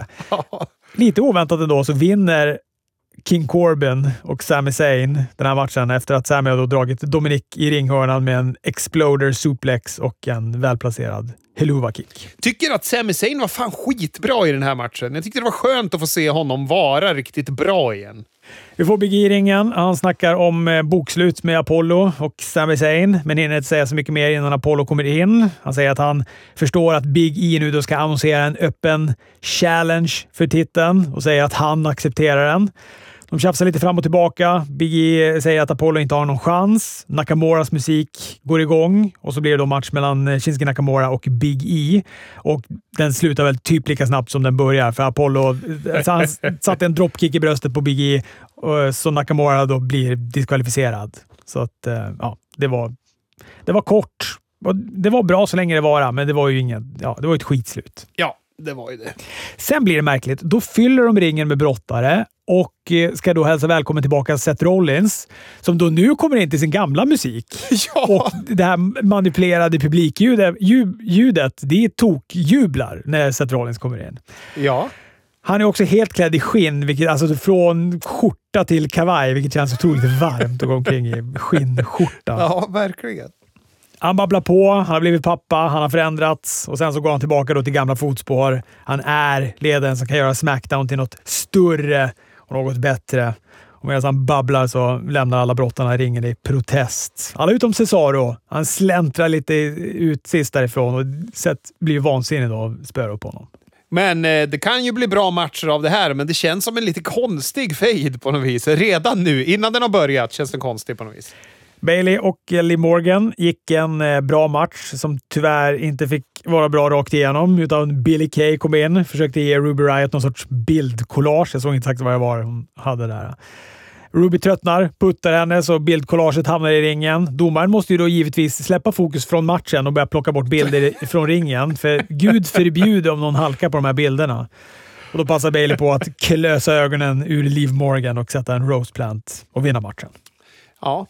Lite oväntat ändå så vinner King Corbin och Sami Zayn den här matchen efter att Sami har då dragit Dominic i ringhörnan med en exploder suplex och en välplacerad Helluva Kick. Tycker att Sami Zayn var fan skitbra i den här matchen. Jag tyckte det var skönt att få se honom vara riktigt bra igen. Vi får Big E i ringen. Han snackar om bokslut med Apollo och Sami Zayn, men hinner inte säga så mycket mer innan Apollo kommer in. Han säger att han förstår att Big E nu då ska annonsera en öppen challenge för titeln och säger att han accepterar den. De tjafsar lite fram och tillbaka. Big E säger att Apollo inte har någon chans. Nakamuras musik går igång och så blir det då match mellan Shinsuke Nakamura och Big E. Och den slutar väl typ lika snabbt som den börjar för Apollo alltså han satte en dropkick i bröstet på Big E så Nakamura då blir diskvalificerad. Så att ja, det var det var kort. Det var bra så länge det var, men det var ju inget, ja, det var ett skitslut. Ja, det var ju det. Sen blir det märkligt. Då fyller de ringen med brottare och ska då hälsa välkommen tillbaka Seth Rollins som då nu kommer in till sin gamla musik. Ja. Och det här manipulerade publikljudet, ljudet, det tokjublar när Seth Rollins kommer in. Ja. Han är också helt klädd i skinn, vilket, alltså från skjorta till kavaj, vilket känns otroligt varmt att gå omkring i skinnskjorta. Ja, verkligen. Han babblar på, han har blivit pappa, han har förändrats och sen så går han tillbaka då till gamla fotspår. Han är ledaren som kan göra SmackDown till något större och något bättre. Och medan han babblar så lämnar alla brottarna ringen i protest. Alla utom Cesaro. Han släntrar lite ut sist därifrån och Seth blir vansinnig då och spör upp honom. Men eh, det kan ju bli bra matcher av det här, men det känns som en lite konstig fade på något vis. Redan nu, innan den har börjat, känns den konstig på något vis. Bayley och Liv Morgan gick en eh, bra match som tyvärr inte fick vara bra rakt igenom, utan Billie Kay kom in, försökte ge Ruby Riott någon sorts bildkollage. Jag såg inte exakt vad jag var hon hade där. Ruby tröttnar, puttar henne så bildkollaget hamnar i ringen. Domaren måste ju då givetvis släppa fokus från matchen och börja plocka bort bilder från ringen, för Gud förbjuder om någon halkar på de här bilderna. Och då passar Bayley på att klösa ögonen ur Liv Morgan och sätta en Rose Plant och vinna matchen. Ja.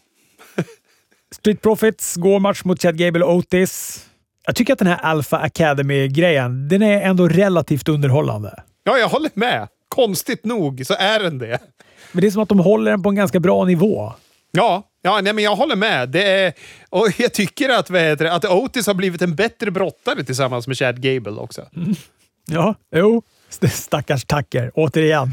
Street Profits går match mot Chad Gable och Otis. Jag tycker att den här Alpha Academy-grejen, den är ändå relativt underhållande. Ja, jag håller med. Konstigt nog så är den det. Men det är som att de håller den på en ganska bra nivå. Ja, ja nej, men jag håller med. Det är, och jag tycker att, vad heter det, att Otis har blivit en bättre brottare tillsammans med Chad Gable också. Mm. Ja, jo. Stackars tacker. Återigen.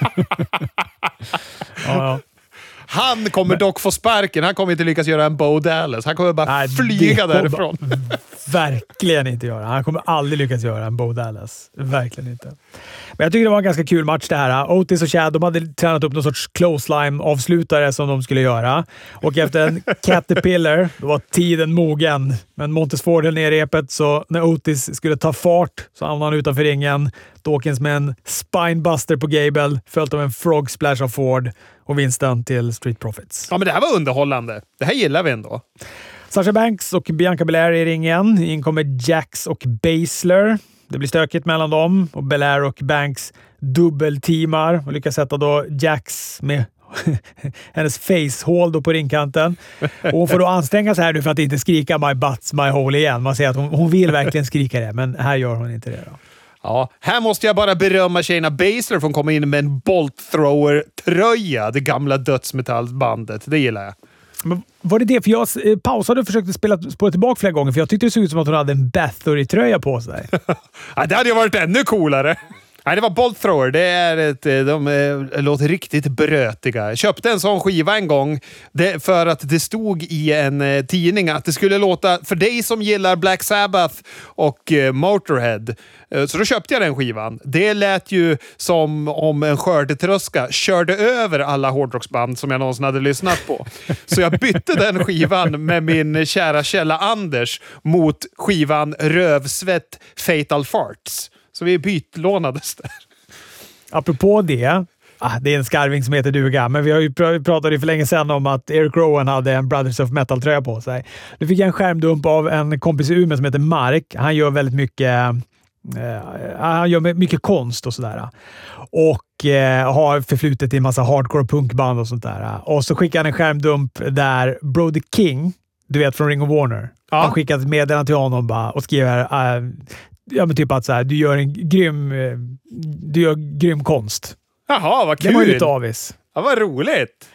ja, ja. Han kommer dock få sparken. Han kommer inte lyckas göra en Bo Dallas. Han kommer bara Nej, flyga därifrån. Verkligen inte göra. Han kommer aldrig lyckas göra en Bo Dallas. Verkligen inte. Men jag tycker det var en ganska kul match det här. Otis och Chad, de hade tränat upp någon sorts clothesline-avslutare som de skulle göra. Och efter en Caterpillar, då var tiden mogen. Men Montez Ford höll ner repet, så när Otis skulle ta fart så hamnade han utanför ringen. Dawkins med en spinebuster på Gable, följt av en frog splash av Ford och vinsten till Street Profits. Ja, men det här var underhållande. Det här gillar vi ändå. Sasha Banks och Bianca Belair i ringen. In kommer Jax och Baszler. Det blir stökigt mellan dem och Belair och Banks dubbelteamar och lyckas sätta då Jax med hennes facehål då på ringkanten. Och hon får då anstränga sig här nu för att inte skrika My butt's my hole igen. Man ser att hon, hon vill verkligen skrika det, men här gör hon inte det då. Ja, här måste jag bara berömma Shayna Baszler för att komma in med en Bolt Thrower-tröja. Det gamla dödsmetallbandet. Det gillar jag. Men var det det? För jag pausade och försökte spela, spela tillbaka flera gånger, för jag tyckte det såg ut som att hon hade en Bathory-tröja på sig. Ja, det hade ju varit ännu coolare. Nej, det var Bolt Thrower. Det är ett, de är, låter riktigt brötiga. Jag köpte en sån skiva en gång det, för att det stod i en eh, tidning att det skulle låta, för dig som gillar Black Sabbath och eh, Motorhead, eh, så då köpte jag den skivan. Det lät ju som om en skördetröska körde över alla hårdrocksband som jag någonsin hade lyssnat på. Så jag bytte den skivan med min kära källa Anders mot skivan Rövsvett Fatal Farts. Så vi bytlånades där. Apropå det, ah, det är en skarving som heter duga, men vi har ju pr- pratat ju för länge sedan om att Eric Rowan hade en Brothers of Metal-tröja på sig. Nu fick jag en skärmdump av en kompis i Umeå som heter Mark. Han gör väldigt mycket eh, han gör mycket konst och sådär. Och eh, har förflutet i en massa hardcore punkband och sånt där. Och så skickade han en skärmdump där Brody King, du vet från Ring of Warner, ja. Han skickade ett meddelande till honom bara och skriver uh, ja, men typ att så här, du gör en grym du gör grym konst. Jaha, vad kul. Det var lite avis. Ja, vad roligt.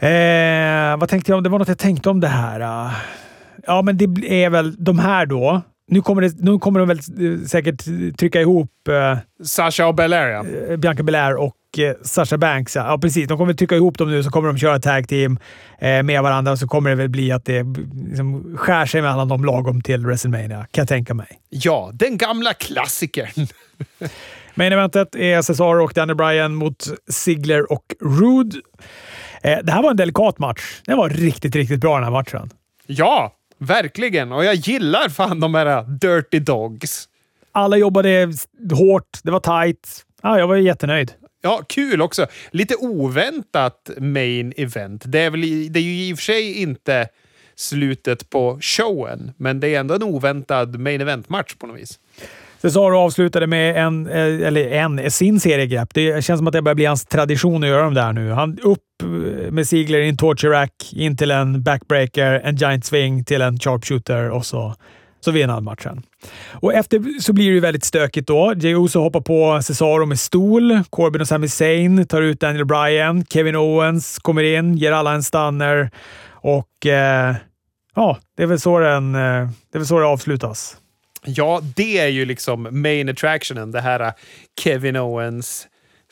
Eh, vad tänkte jag om? Det var något jag tänkte om det här. Ja, men det är väl de här då. Nu kommer, det, nu kommer de väl säkert trycka ihop eh, Sasha och Belair, ja. eh, Bianca Belair och eh, Sasha Banks. Ja. ja, precis. De kommer trycka ihop dem nu, så kommer de köra tag team eh, med varandra, och så kommer det väl bli att det liksom skär sig mellan dem lagom till WrestleMania, kan jag tänka mig. Ja, den gamla klassikern. Main eventet är Cesaro och Daniel Bryan mot Ziggler och Rude. Eh, det här var en delikat match. Den var riktigt, riktigt bra den här matchen. Ja, verkligen. Och jag gillar fan de här Dirty Dogs. Alla jobbade hårt. Det var tight. Ja, jag var jättenöjd. Ja, kul också. Lite oväntat main event. Det är, väl, det är ju i och för sig inte slutet på showen, men det är ändå en oväntad main event-match på något vis. Cesaro avslutade med en, eller en, sin seriegrepp. Det känns som att det börjar bli hans tradition att göra dem där nu. Han upp med Ziggler i en torture rack, in till en backbreaker, en giant swing till en sharpshooter, och så, så vinner han matchen. Och efter så blir det ju väldigt stökigt då. Jey Uso hoppar på Cesaro med stol. Corbin och Sami Zayn tar ut Daniel Bryan. Kevin Owens kommer in, ger alla en stunner, och eh, ja, det är väl så den, det är väl så det avslutas. Ja, det är ju liksom main attractionen, det här Kevin Owens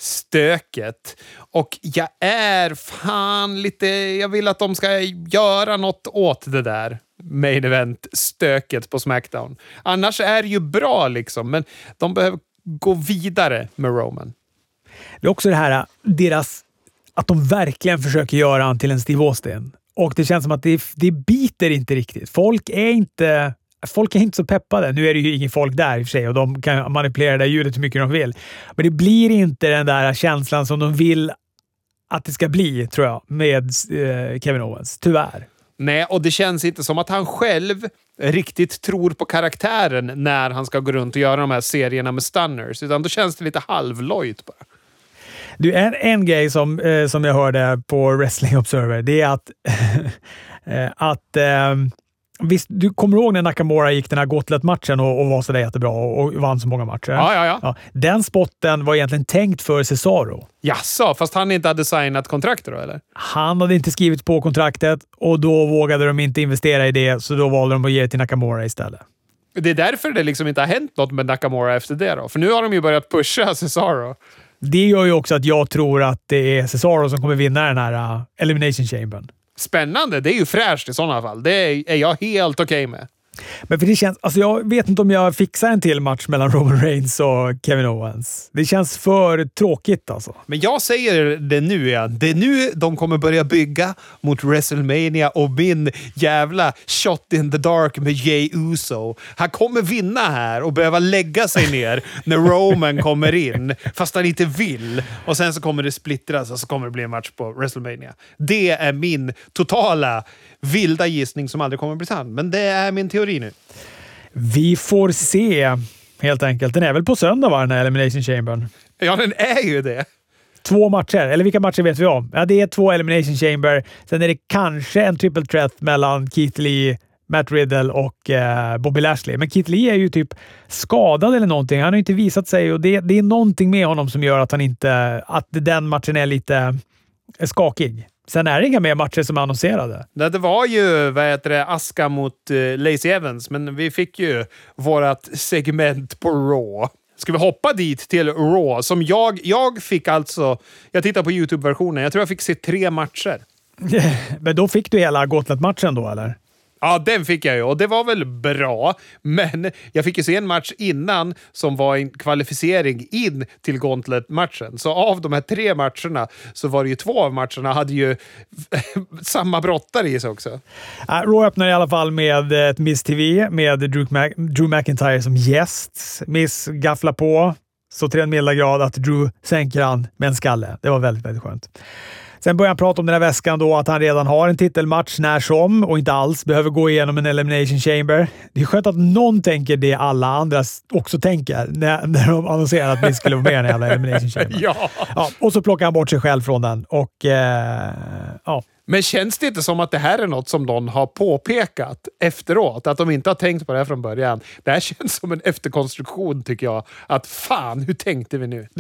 stöket. Och jag är fan lite... Jag vill att de ska göra något åt det där main event stöket på SmackDown. Annars är det ju bra liksom, men de behöver gå vidare med Roman. Det är också det här, deras... Att de verkligen försöker göra han till en Steve Austin. Och det känns som att det, det biter inte riktigt. Folk är inte... Folk är inte så peppade. Nu är det ju ingen folk där i och för sig, och de kan manipulera det ljudet hur mycket de vill. Men det blir inte den där känslan som de vill att det ska bli, tror jag, med eh, Kevin Owens. Tyvärr. Nej, och det känns inte som att han själv riktigt tror på karaktären när han ska gå runt och göra de här serierna med stunners. Utan då känns det lite halvlojt bara. Du, en, en grej som, eh, som jag hörde på Wrestling Observer, det är att att eh, visst, du kommer ihåg när Nakamura gick den här Gauntlet-matchen och, och var så där jättebra och, och vann så många matcher? Ja, ja, ja, ja. Den spotten var egentligen tänkt för Cesaro. Jaså, fast han inte hade signat kontrakt då, eller? Han hade inte skrivit på kontraktet, och då vågade de inte investera i det, så då valde de att ge det till Nakamura istället. Det är därför det liksom inte har hänt något med Nakamura efter det då. För nu har de ju börjat pusha Cesaro. Det gör ju också att jag tror att det är Cesaro som kommer vinna den här uh, Elimination Chambern. Spännande. Det är ju fräscht i sådana fall. Det är jag helt okej med. Men för det känns... Alltså jag vet inte om jag fixar en till match mellan Roman Reigns och Kevin Owens. Det känns för tråkigt alltså. Men jag säger det nu igen. Det är nu de kommer börja bygga mot WrestleMania och min jävla shot in the dark med Jey Uso. Han kommer vinna här och behöva lägga sig ner när Roman kommer in, fast han inte vill. Och sen så kommer det splittras och så kommer det bli en match på WrestleMania. Det är min totala vilda gissning som aldrig kommer att bli sann. Men det är min teori nu. Vi får se, helt enkelt. Den är väl på söndag, va, den här Elimination Chambern? Ja, den är ju det. Två matcher. Eller vilka matcher vet vi om? Ja, det är två Elimination Chamber. Sen är det kanske en triple threat mellan Keith Lee, Matt Riddle och eh, Bobby Lashley. Men Keith Lee är ju typ skadad eller någonting. Han har inte visat sig, och det, det är någonting med honom som gör att han inte... Att den matchen är lite skakig. Sen är det inga mer matcher som är annonserade. Det var ju, vad heter det, Asuka mot uh, Lacey Evans, men vi fick ju vårat segment på Raw. Ska vi hoppa dit till Raw? Som jag, jag fick alltså... Jag tittar på YouTube-versionen. Jag tror jag fick se tre matcher. Men då fick du hela Gauntlet-matchen då, eller? Ja, den fick jag ju och det var väl bra. Men jag fick ju se en match innan som var en kvalificering in till Gauntlet-matchen. Så av de här tre matcherna så var det ju två av matcherna hade ju samma brottare i sig också. Uh, Raw öppnar i alla fall med ett Miss T V med Drew, Mac- Drew McIntyre som gäst. Miss gafflar på så till en milda grad att Drew sänker han med en skalle. Det var väldigt, väldigt skönt. Sen börjar han prata om den här väskan då, att han redan har en titelmatch när som och inte alls behöver gå igenom en elimination chamber. Det är skönt att någon tänker det alla andra också tänker när, när de annonserar att vi skulle vara med i en jävla elimination chamber. Ja. Ja, och så plockar han bort sig själv från den. Och eh, ja. Men känns det inte som att det här är något som någon har påpekat efteråt? Att de inte har tänkt på det här från början. Det här känns som en efterkonstruktion tycker jag. Att fan, hur tänkte vi nu?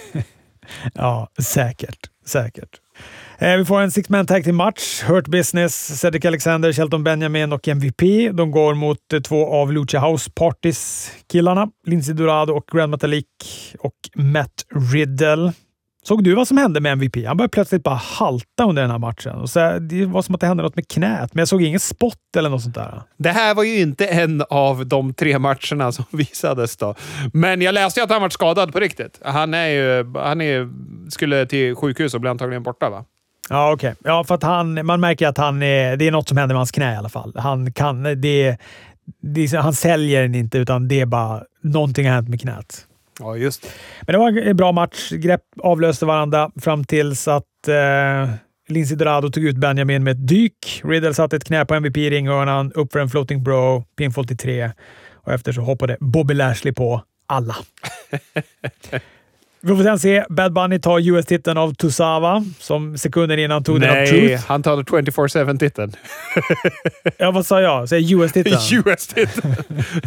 Ja, säkert. Säkert. Eh, vi får en six-man tag till match. Hurt Business, Cedric Alexander, Shelton Benjamin och M V P. De går mot eh, två av Lucha House Parties-killarna. Lindsay Dorado och Grand Metalik och Matt Riddle. Såg du vad som hände med M V P? Han började plötsligt bara halta under den här matchen. Och så, det var som att det hände något med knät, men jag såg ingen spot eller något sånt där. Det här var ju inte en av de tre matcherna som visades då. Men jag läste ju att han var skadad på riktigt. Han är ju, han är, skulle till sjukhus och blir antagligen borta, va? Ja, okej. Okay. Ja, för att han, man märker att han är, det är något som händer med hans knä i alla fall. Han kan, det, det, han säljer den inte, utan det är bara någonting har hänt med knät. Ja, just det. Men det var en bra match. Grepp avlöste varandra fram tills att eh, Lindsay Dorado tog ut Benjamin med ett dyk. Riddle satte ett knä på M V P i ringhörnan, upp för en floating bro, pinfall till tre. Och efter så hoppade Bobby Lashley på alla. Vi får sen se Bad Bunny ta U S-titeln av Tozawa som sekunder innan tog den av Truth. Nej, han tar twenty-four seven titeln. Ja, vad sa jag? Säg U S-titeln. U S-titeln.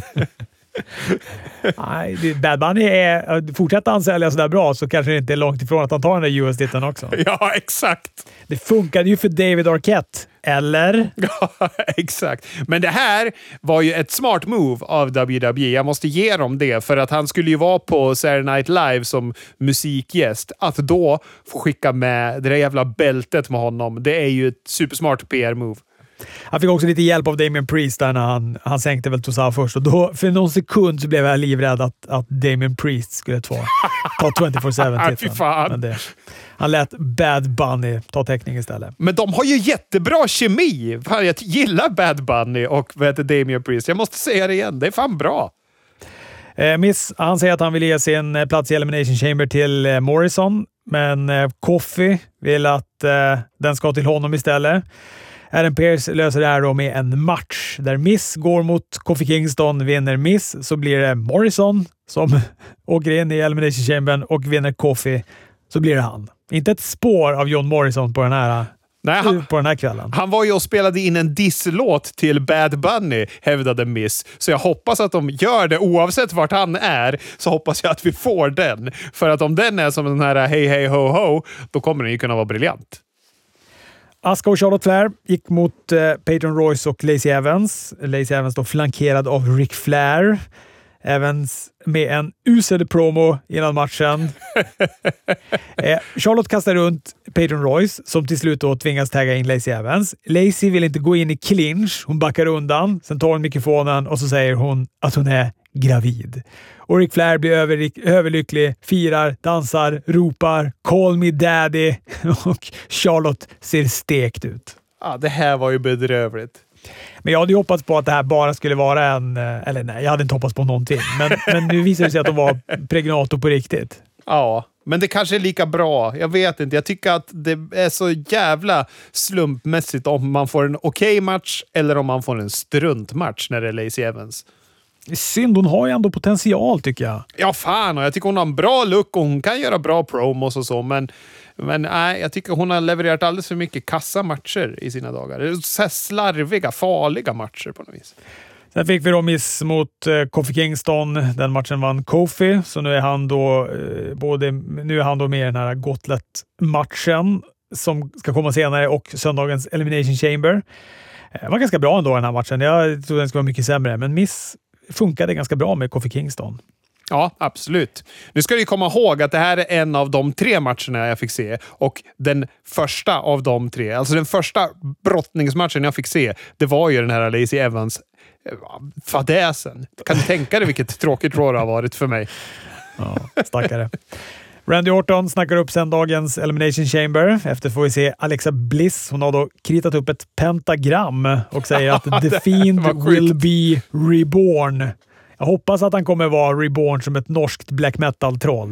Nej, Bad Bunny är... Fortsätter han sälja sådär bra så kanske det inte är långt ifrån att han tar den där U S-titeln också. Ja, exakt. Det funkade ju för David Arquette, eller? Ja, exakt. Men det här var ju ett smart move av W W E. Jag måste ge dem det, för att han skulle ju vara på Saturday Night Live som musikgäst. Att då få skicka med det där jävla bältet med honom, det är ju ett supersmart P R-move. Han fick också lite hjälp av Damien Priest där när han, han sänkte väl Tozawa först. Och då, för någon sekund så blev jag livrädd att, att Damien Priest skulle ta, ta twenty-four seven titeln. Men det, han lät Bad Bunny ta täckning istället. Men de har ju jättebra kemi. Fan, jag gillar Bad Bunny och vad heter Damien Priest. Jag måste säga det igen. Det är fan bra. Eh, Miss, han säger att han vill ge sin plats i Elimination Chamber till eh, Morrison. Men eh, Kofi vill att eh, den ska till honom istället. Adam Pearce löser det här då med en match där Miss går mot Kofi Kingston, vinner Miss, så blir det Morrison som åker in i Elimination Chambern och vinner Kofi, så blir det han. Inte ett spår av John Morrison på den här, Nej, han, på den här kvällen. Han var ju och spelade in en disslåt till Bad Bunny, hävdade Miss. Så jag hoppas att de gör det oavsett vart han är, så hoppas jag att vi får den. För att om den är som den här Hey Hey Ho Ho, då kommer den ju kunna vara briljant. Asuka och Charlotte Flair gick mot eh, Peyton Royce och Lacey Evans. Lacey Evans då flankerad av Ric Flair. Evans med en usel promo innan matchen. eh, Charlotte kastar runt Peyton Royce som till slut då tvingas tagga in Lacey Evans. Lacey vill inte gå in i clinch. Hon backar undan. Sen tar hon mikrofonen och så säger hon att hon är gravid. Och Ric Flair blir över, överlycklig, firar, dansar, ropar “Call me daddy” och Charlotte ser stekt ut. Ja, det här var ju bedrövligt. Men jag hade ju hoppats på att det här bara skulle vara en... Eller nej, jag hade inte hoppats på någonting. Men, men nu visar det sig att de var pregnator på riktigt. Ja, men det kanske är lika bra. Jag vet inte. Jag tycker att det är så jävla slumpmässigt om man får en okej match eller om man får en struntmatch när det är Lacey Evans. Synd, hon har ju ändå potential tycker jag. Ja, fan. Och jag tycker hon har en bra look och hon kan göra bra promos och så. Men, men nej, jag tycker hon har levererat alldeles för mycket kassa matcher i sina dagar. Så här slarviga, farliga matcher på något vis. Sen fick vi då miss mot eh, Kofi Kingston. Den matchen vann Kofi. Så nu är han då eh, både nu är han då med i den här Gauntlet-matchen som ska komma senare och söndagens Elimination Chamber. Det eh, var ganska bra ändå den här matchen. Jag trodde den skulle vara mycket sämre, men miss funkade ganska bra med Kofi Kingston. Ja, absolut. Nu ska vi komma ihåg att det här är en av de tre matcherna jag fick se. Och den första av de tre, alltså den första brottningsmatchen jag fick se, det var ju den här Lacey Evans fadäsen. Kan du tänka dig vilket tråkigt Raw det har varit för mig? Ja, stackare. Randy Orton snackar upp sen dagens Elimination Chamber. Efter får vi se Alexa Bliss. Hon har då kritat upp ett pentagram och säger att The Fiend will be reborn. Jag hoppas att han kommer vara reborn som ett norskt black metal-troll.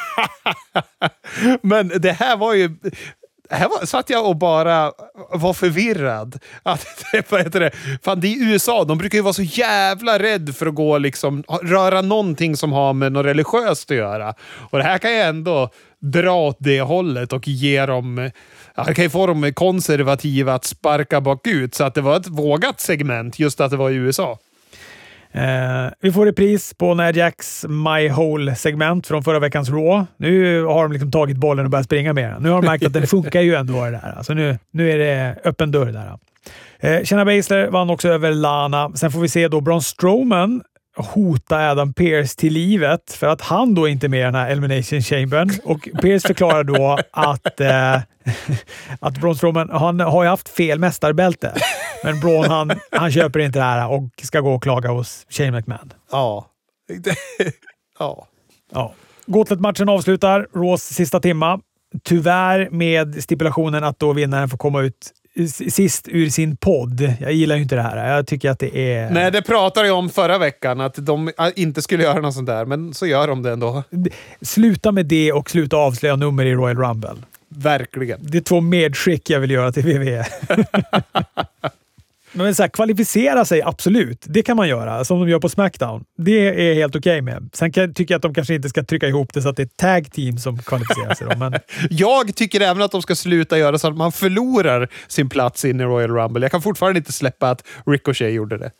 Men det här var ju... Här var, satt jag och bara var förvirrad. Att, vad heter det? Fan, det är U S A. De brukar ju vara så jävla rädd för att gå liksom, röra någonting som har med något religiöst att göra. Och det här kan ju ändå dra åt det hållet och ge dem... Ja, det kan ju få de konservativa att sparka bakut. Så att det var ett vågat segment just att det var i U S A. Eh, vi får repris på Nia Jax My Hole-segment från förra veckans Raw. Nu har de liksom tagit bollen och börjat springa med den. Nu har de märkt att det funkar ju ändå det där. Alltså nu, nu är det öppen dörr där. Eh, Shayna Baszler vann också över Lana. Sen får vi se då Braun Strowman hota Adam Pearce till livet för att han då inte är med i den här Elimination Chambern. Och Pearce förklarar då att, eh, att Braun Strowman han har ju haft fel mästarbälte. Men Braun han, han köper inte det här och ska gå och klaga hos Shane McMahon. Ja. ja. ja. Gauntlet-matchen avslutar Raws sista timma. Tyvärr med stipulationen att då vinnaren får komma ut sist ur sin podd. Jag gillar ju inte det här. Jag tycker att det är... Nej, det pratade jag om förra veckan. Att de inte skulle göra något sånt där. Men så gör de det ändå. Sluta med det och sluta avslöja nummer i Royal Rumble. Verkligen. Det är två medskick jag vill göra till V V E. Men så här, kvalificera sig, absolut. Det kan man göra, som de gör på SmackDown. Det är helt okej okay med. Sen kan jag tycka att de kanske inte ska trycka ihop det så att det är tag team som kvalificerar sig. Då, men... Jag tycker även att de ska sluta göra så att man förlorar sin plats in i Royal Rumble. Jag kan fortfarande inte släppa att Ricochet gjorde det.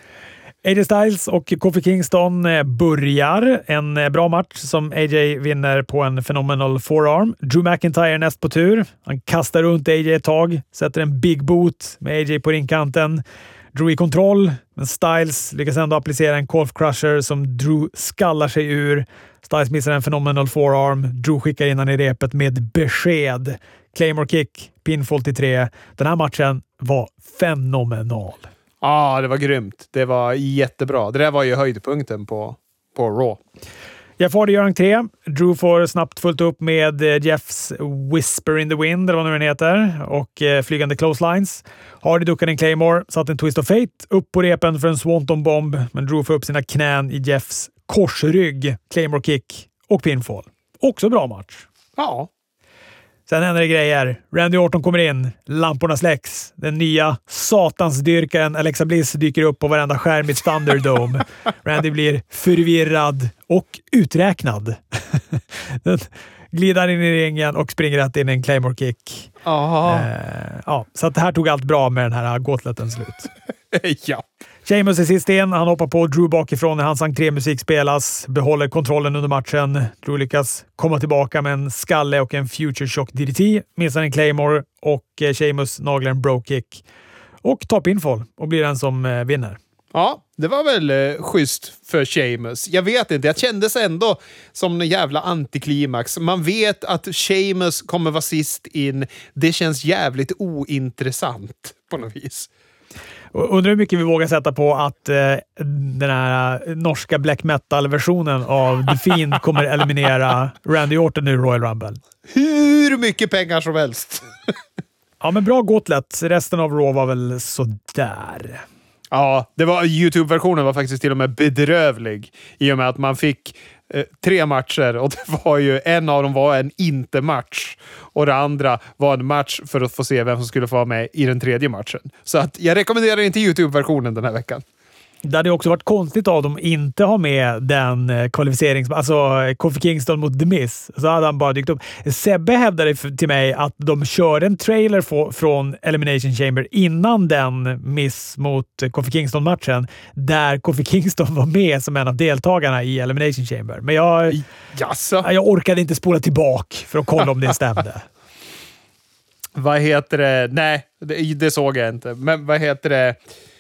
A J Styles och Kofi Kingston börjar. En bra match som A J vinner på en phenomenal forearm. Drew McIntyre näst på tur. Han kastar runt A J ett tag, sätter en big boot med A J på ringkanten. Drew i kontroll, men Styles lyckas ändå applicera en Calf Crusher som Drew skallar sig ur. Styles missar en phenomenal forearm. Drew skickar in han i repet med besked. Claymore kick, pinfall till tre. Den här matchen var fenomenal. Ja, ah, det var grymt. Det var jättebra. Det där var ju höjdpunkten på, på Raw. Jeff Hardy gör entré. Drew får snabbt fullt upp med Jeffs Whisper in the Wind, eller vad nu den heter, och eh, flygande clotheslines. Hardy duckar en Claymore, satt en Twist of Fate upp på repen för en Swanton Bomb, men Drew får upp sina knän i Jeffs korsrygg, Claymore kick och pinfall. Också bra match. Ja. Sen händer det grejer. Randy Orton kommer in. Lamporna släcks. Den nya satansdyrkaren Alexa Bliss dyker upp på varenda skärm i Thunderdome. Randy blir förvirrad och uträknad. Den glider in i ringen och springer rätt in i en Claymore kick. Aha. Eh, ja, så att det här tog allt bra med den här gauntletten slut. Ja. Sheamus är sist in. Han hoppar på Drew bakifrån när hans entrémusik spelas. Behåller kontrollen under matchen. Drew lyckas komma tillbaka med en skalle och en Future Shock D D T. Missar en Claymore och Sheamus naglar en bro kick. Och tar pinfall och blir den som eh, vinner. Ja, det var väl eh, schysst för Sheamus. Jag vet inte, jag kändes ändå som en jävla antiklimax. Man vet att Sheamus kommer vara sist in. Det känns jävligt ointressant på något vis. Undrar hur mycket vi vågar sätta på att eh, den här norska black metal-versionen av The Fiend kommer eliminera Randy Orton i Royal Rumble. Hur mycket pengar som helst. Ja, men bra gauntlet. Resten av Raw var väl sådär. Ja, det var, YouTube-versionen var faktiskt till och med bedrövlig i och med att man fick eh, tre matcher och det var ju en av dem var en inte-match och det andra var en match för att få se vem som skulle få vara med i den tredje matchen. Så att jag rekommenderar inte YouTube-versionen den här veckan. Det hade också varit konstigt av dem inte ha med den kvalificerings... Alltså Kofi Kingston mot The Miz. Så hade han bara dykt upp. Sebbe hävdade till mig att de körde en trailer få, från Elimination Chamber innan den Miz mot Kofi Kingston-matchen. Där Kofi Kingston var med som en av deltagarna i Elimination Chamber. Men jag, Jaså? jag orkade inte spola tillbaka för att kolla om det stämde. Vad heter det? Nej, det, det såg jag inte. Men vad heter det?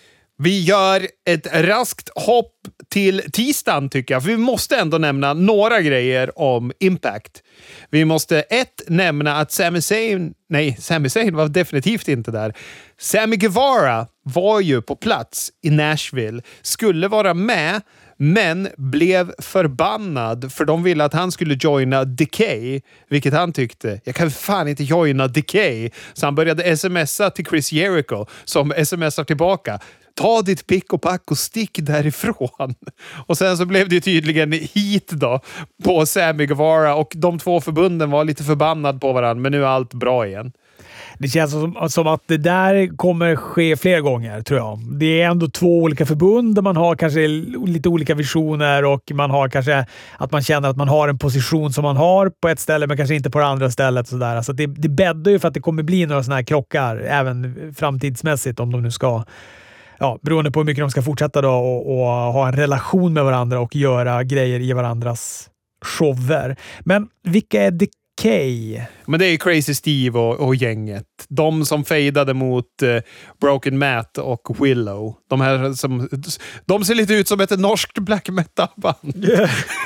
Vi gör ett raskt hopp till tisdagen tycker jag. För vi måste ändå nämna några grejer om Impact. Vi måste ett nämna att Sami Zayn, nej, Sami Zayn var definitivt inte där. Sammy Guevara var ju på plats i Nashville. Skulle vara med, men blev förbannad för de ville att han skulle joina Decay, vilket han tyckte, jag kan fan inte joina Decay. Så han började smsa till Chris Jericho som smsar tillbaka. Ta ditt pick och pack och stick därifrån. Och sen så blev det tydligen hit då på Sammy Guevara och de två förbunden var lite förbannad på varandra, men nu är allt bra igen. Det känns som, som att det där kommer ske fler gånger, tror jag. Det är ändå två olika förbund där man har kanske lite olika visioner och man har kanske att man känner att man har en position som man har på ett ställe men kanske inte på det andra stället. Så där. Alltså det, det bäddar ju för att det kommer bli några sådana här krockar även framtidsmässigt om de nu ska, ja, beroende på hur mycket de ska fortsätta då och, och ha en relation med varandra och göra grejer i varandras shower. Men vilka är det? Okej. Men det är Crazy Steve och, och gänget. De som fejdade mot eh, Broken Matt och Willow. De här som... De ser lite ut som ett norskt black metal-band. Yeah.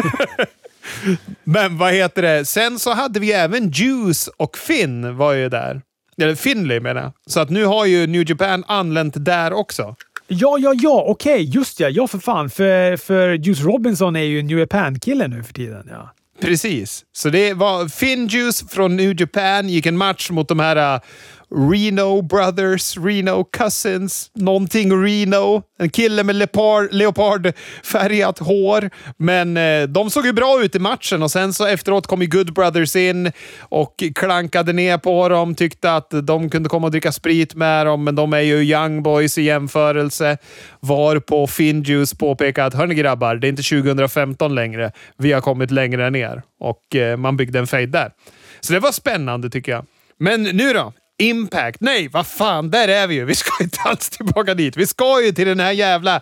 Men vad heter det? Sen så hade vi även Juice och Finn var ju där. Eller Finlay menar jag. Så att nu har ju New Japan anlänt där också. Ja, ja, ja. Okej, okay, just ja. Ja, för fan. För, för Juice Robinson är ju New Japan-killen nu för tiden, ja. Precis. Så det var Finn Juice från New Japan gick en match mot de här uh, Reno Brothers, Reno Cousins, någonting Reno. En kille med leopard, leopardfärgat hår. Men eh, de såg ju bra ut i matchen och sen så efteråt kom ju Good Brothers in och klankade ner på dem. Tyckte att de kunde komma och dricka sprit med dem, men de är ju young boys i jämförelse. Var på Finn Juice påpekade att hörni grabbar, det är inte tjugohundrafemton längre. Vi har kommit längre ner och eh, man byggde en fade där. Så det var spännande tycker jag. Men nu då? Impact. Nej, vad fan, där är vi ju. Vi ska inte alls tillbaka dit. Vi ska ju till den här jävla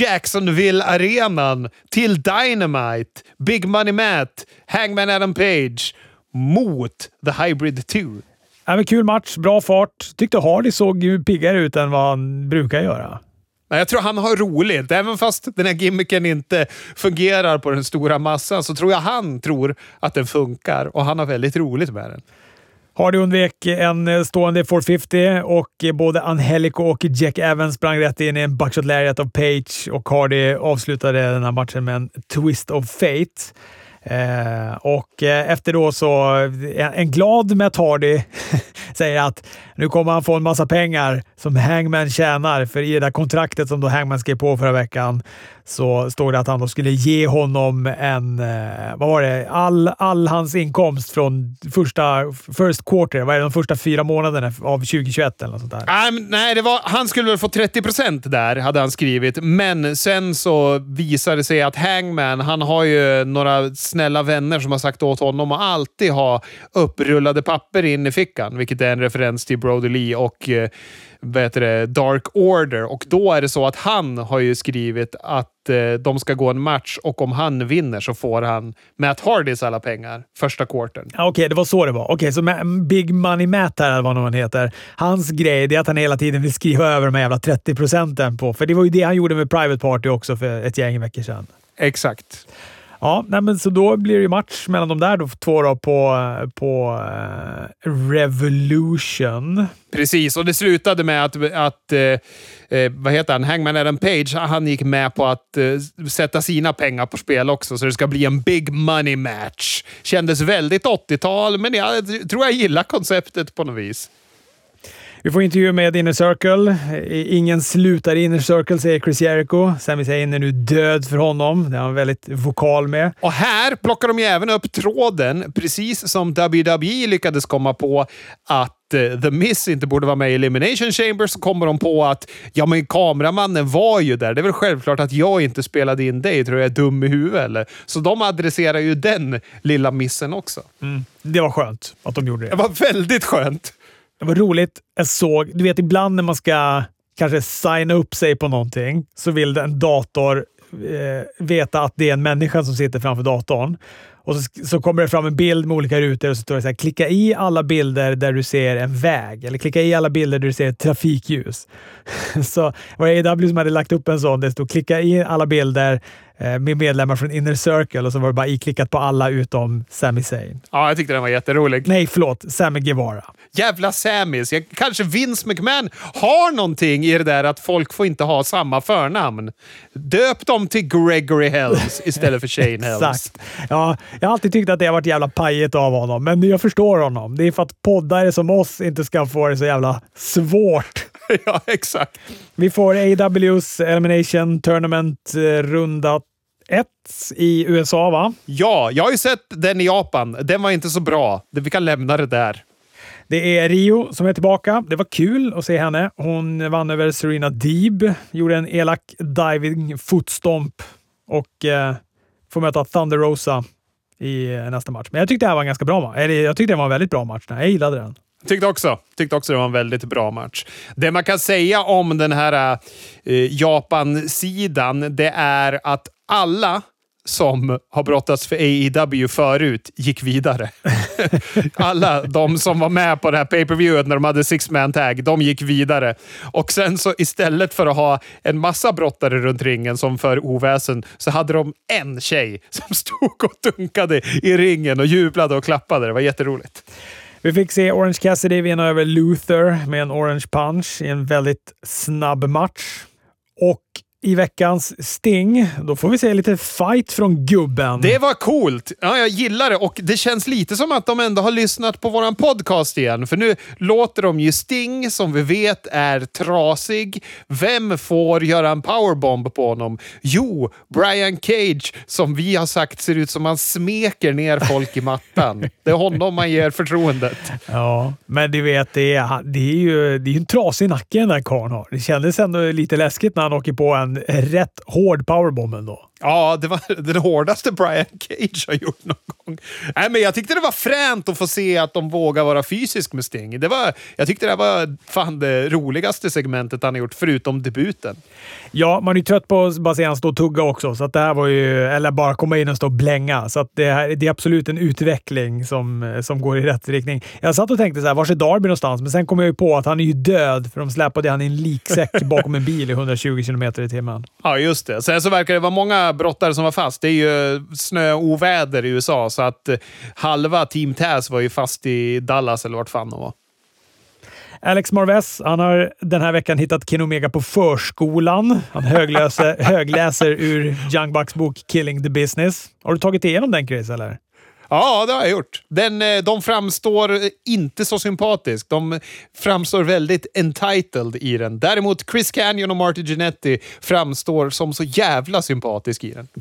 Jacksonville-arenan. Till Dynamite, Big Money Matt, Hangman Adam Page mot The Hybrid två. Ja, men kul match, bra fart. Tyckte Hardy såg ju piggare ut än vad han brukar göra. Jag tror han har roligt. Även fast den här gimmicken inte fungerar på den stora massan så tror jag han tror att den funkar och han har väldigt roligt med den. Hardy undvek en stående fyrahundrafemtio och både Angelico och Jack Evans sprang rätt in i en buckshot lariat av Page och Hardy avslutade den här matchen med en twist of fate. Eh, och eh, efter då så en, en glad Matt Hardy säger att nu kommer han få en massa pengar som Hangman tjänar, för i det där kontraktet som då Hangman skrev på förra veckan så stod det att han då skulle ge honom en, eh, vad var det, all, all hans inkomst från första first quarter, vad är det, de första fyra månaderna av tjugohundratjugoett eller något sånt där. Um, nej, det var, han skulle väl få trettio procent där, hade han skrivit. Men sen så visade det sig att Hangman, han har ju några snälla vänner som har sagt åt honom att alltid ha upprullade papper in i fickan, vilket är en referens till Brody Lee och eh, vad heter det, Dark Order. Och då är det så att han har ju skrivit att eh, de ska gå en match och om han vinner så får han Matt Hardys alla pengar första quartern. Okej, okay, det var så det var. Okej, okay, så Big Money Matt här, vad någon heter. Hans grej är att han hela tiden vill skriva över de här jävla trettio procenten på. För det var ju det han gjorde med Private Party också för ett gäng veckor sedan. Exakt. Ja, nej, men så då blir det ju match mellan de där då, två då på, på uh, Revolution. Precis, och det slutade med att, att eh, vad heter han? Hangman Adam Page, han gick med på att eh, sätta sina pengar på spel också, så det ska bli en big money match. Kändes väldigt åttiotal, men jag tror jag gillar konceptet på något vis. Vi får intervju med Inner Circle. Ingen slutar i Inner Circle, säger Chris Jericho. Sami Zayn är nu död för honom. Det är han väldigt vokal med. Och här plockar de ju även upp tråden, precis som W W E lyckades komma på att uh, The Miz inte borde vara med i Elimination Chamber, så kommer de på att ja, men kameramannen var ju där. Det är väl självklart att jag inte spelade in dig. Tror jag är dum i huvudet eller? Så de adresserar ju den lilla missen också. Mm. Det var skönt att de gjorde det. Det var väldigt skönt. Det var roligt. Jag såg, du vet ibland när man ska kanske signa upp sig på någonting så vill en dator eh, veta att det är en människa som sitter framför datorn. Och så, så kommer det fram en bild med olika rutor och så står det så här: klicka i alla bilder där du ser en väg. Eller klicka i alla bilder där du ser ett trafikljus. Så var det A E W som hade lagt upp en sån. Det stod klicka i alla bilder eh, med medlemmar från Inner Circle och så var det bara iklickat på alla utom Sami Zayn. Ja, jag tyckte den var jätterolig. Nej, förlåt. Sammy Guevara. Jävla Samis. Jag, kanske Vince McMahon har någonting i det där att folk får inte ha samma förnamn. Döp dem till Gregory Helms istället för Shane Helms. Exakt. Ja, jag har alltid tyckt att det har varit jävla pajigt av honom, men jag förstår honom. Det är för att poddare som oss inte ska få det så jävla svårt. Ja, exakt. Vi får A E W's Elimination Tournament runda ett i U S A, va? Ja, jag har ju sett den i Japan. Den var inte så bra. Vi kan lämna det där. Det är Rio som är tillbaka. Det var kul att se henne. Hon vann över Serena Deeb, gjorde en elak diving footstomp och eh, får möta Thunder Rosa i nästa match. Men jag tyckte det här var en ganska bra match. Eller, jag tyckte det var en väldigt bra match. Jag gillade den. Tyckte också. Tyckte också det var en väldigt bra match. Det man kan säga om den här eh, Japan-sidan, det är att alla som har brottats för A E W förut gick vidare. Alla de som var med på det här pay-per-viewet när de hade six-man tag, de gick vidare. Och sen så istället för att ha en massa brottare runt ringen som för oväsen, så hade de en tjej som stod och dunkade i ringen och jublade och klappade. Det var jätteroligt. Vi fick se Orange Cassidy vinna över Luther med en orange punch i en väldigt snabb match. Och i veckans Sting, då får vi se lite fight från gubben. Det var coolt. Ja, jag gillar det. Och det känns lite som att de ändå har lyssnat på våran podcast igen. För nu låter de ju Sting, som vi vet är trasig. Vem får göra en powerbomb på honom? Jo, Brian Cage, som vi har sagt ser ut som man smeker ner folk i mattan. Det är honom man ger förtroendet. Ja, men du vet, det är, det är ju det är en trasig nacke den där karln har. Det kändes ändå lite läskigt när han åker på en rätt hård powerbomb ändå. Ja, det var den hårdaste Brian Cage har gjort någon gång. Nej, men jag tyckte det var fränt att få se att de vågar vara fysisk med Sting. Det var, jag tyckte det var fan det roligaste segmentet han har gjort, förutom debuten. Ja, man är ju trött på att bara se han stå och tugga också, så att det här var ju, eller bara komma in och stå och blänga. Så att det, här, det är absolut en utveckling som, som går i rätt riktning. Jag satt och tänkte så här, var är Darby någonstans? Men sen kom jag ju på att han är ju död, för de släpade han i en liksäck bakom en bil i hundratjugo kilometer i timmen. Ja, just det. Sen så verkar det vara många brottare som var fast. Det är ju snöoväder i U S A, så att halva Team Taz var ju fast i Dallas eller vart fan de var. Alex Marvez, han har den här veckan hittat Kenny Omega på förskolan. Han högläser, högläser ur Young Bucks bok Killing the Business. Har du tagit igenom den, Chris, eller? Ja, det har jag gjort. Den, de framstår inte så sympatisk. De framstår väldigt entitled i den. Däremot Chris Kanyon och Marty Jannetty framstår som så jävla sympatisk i den.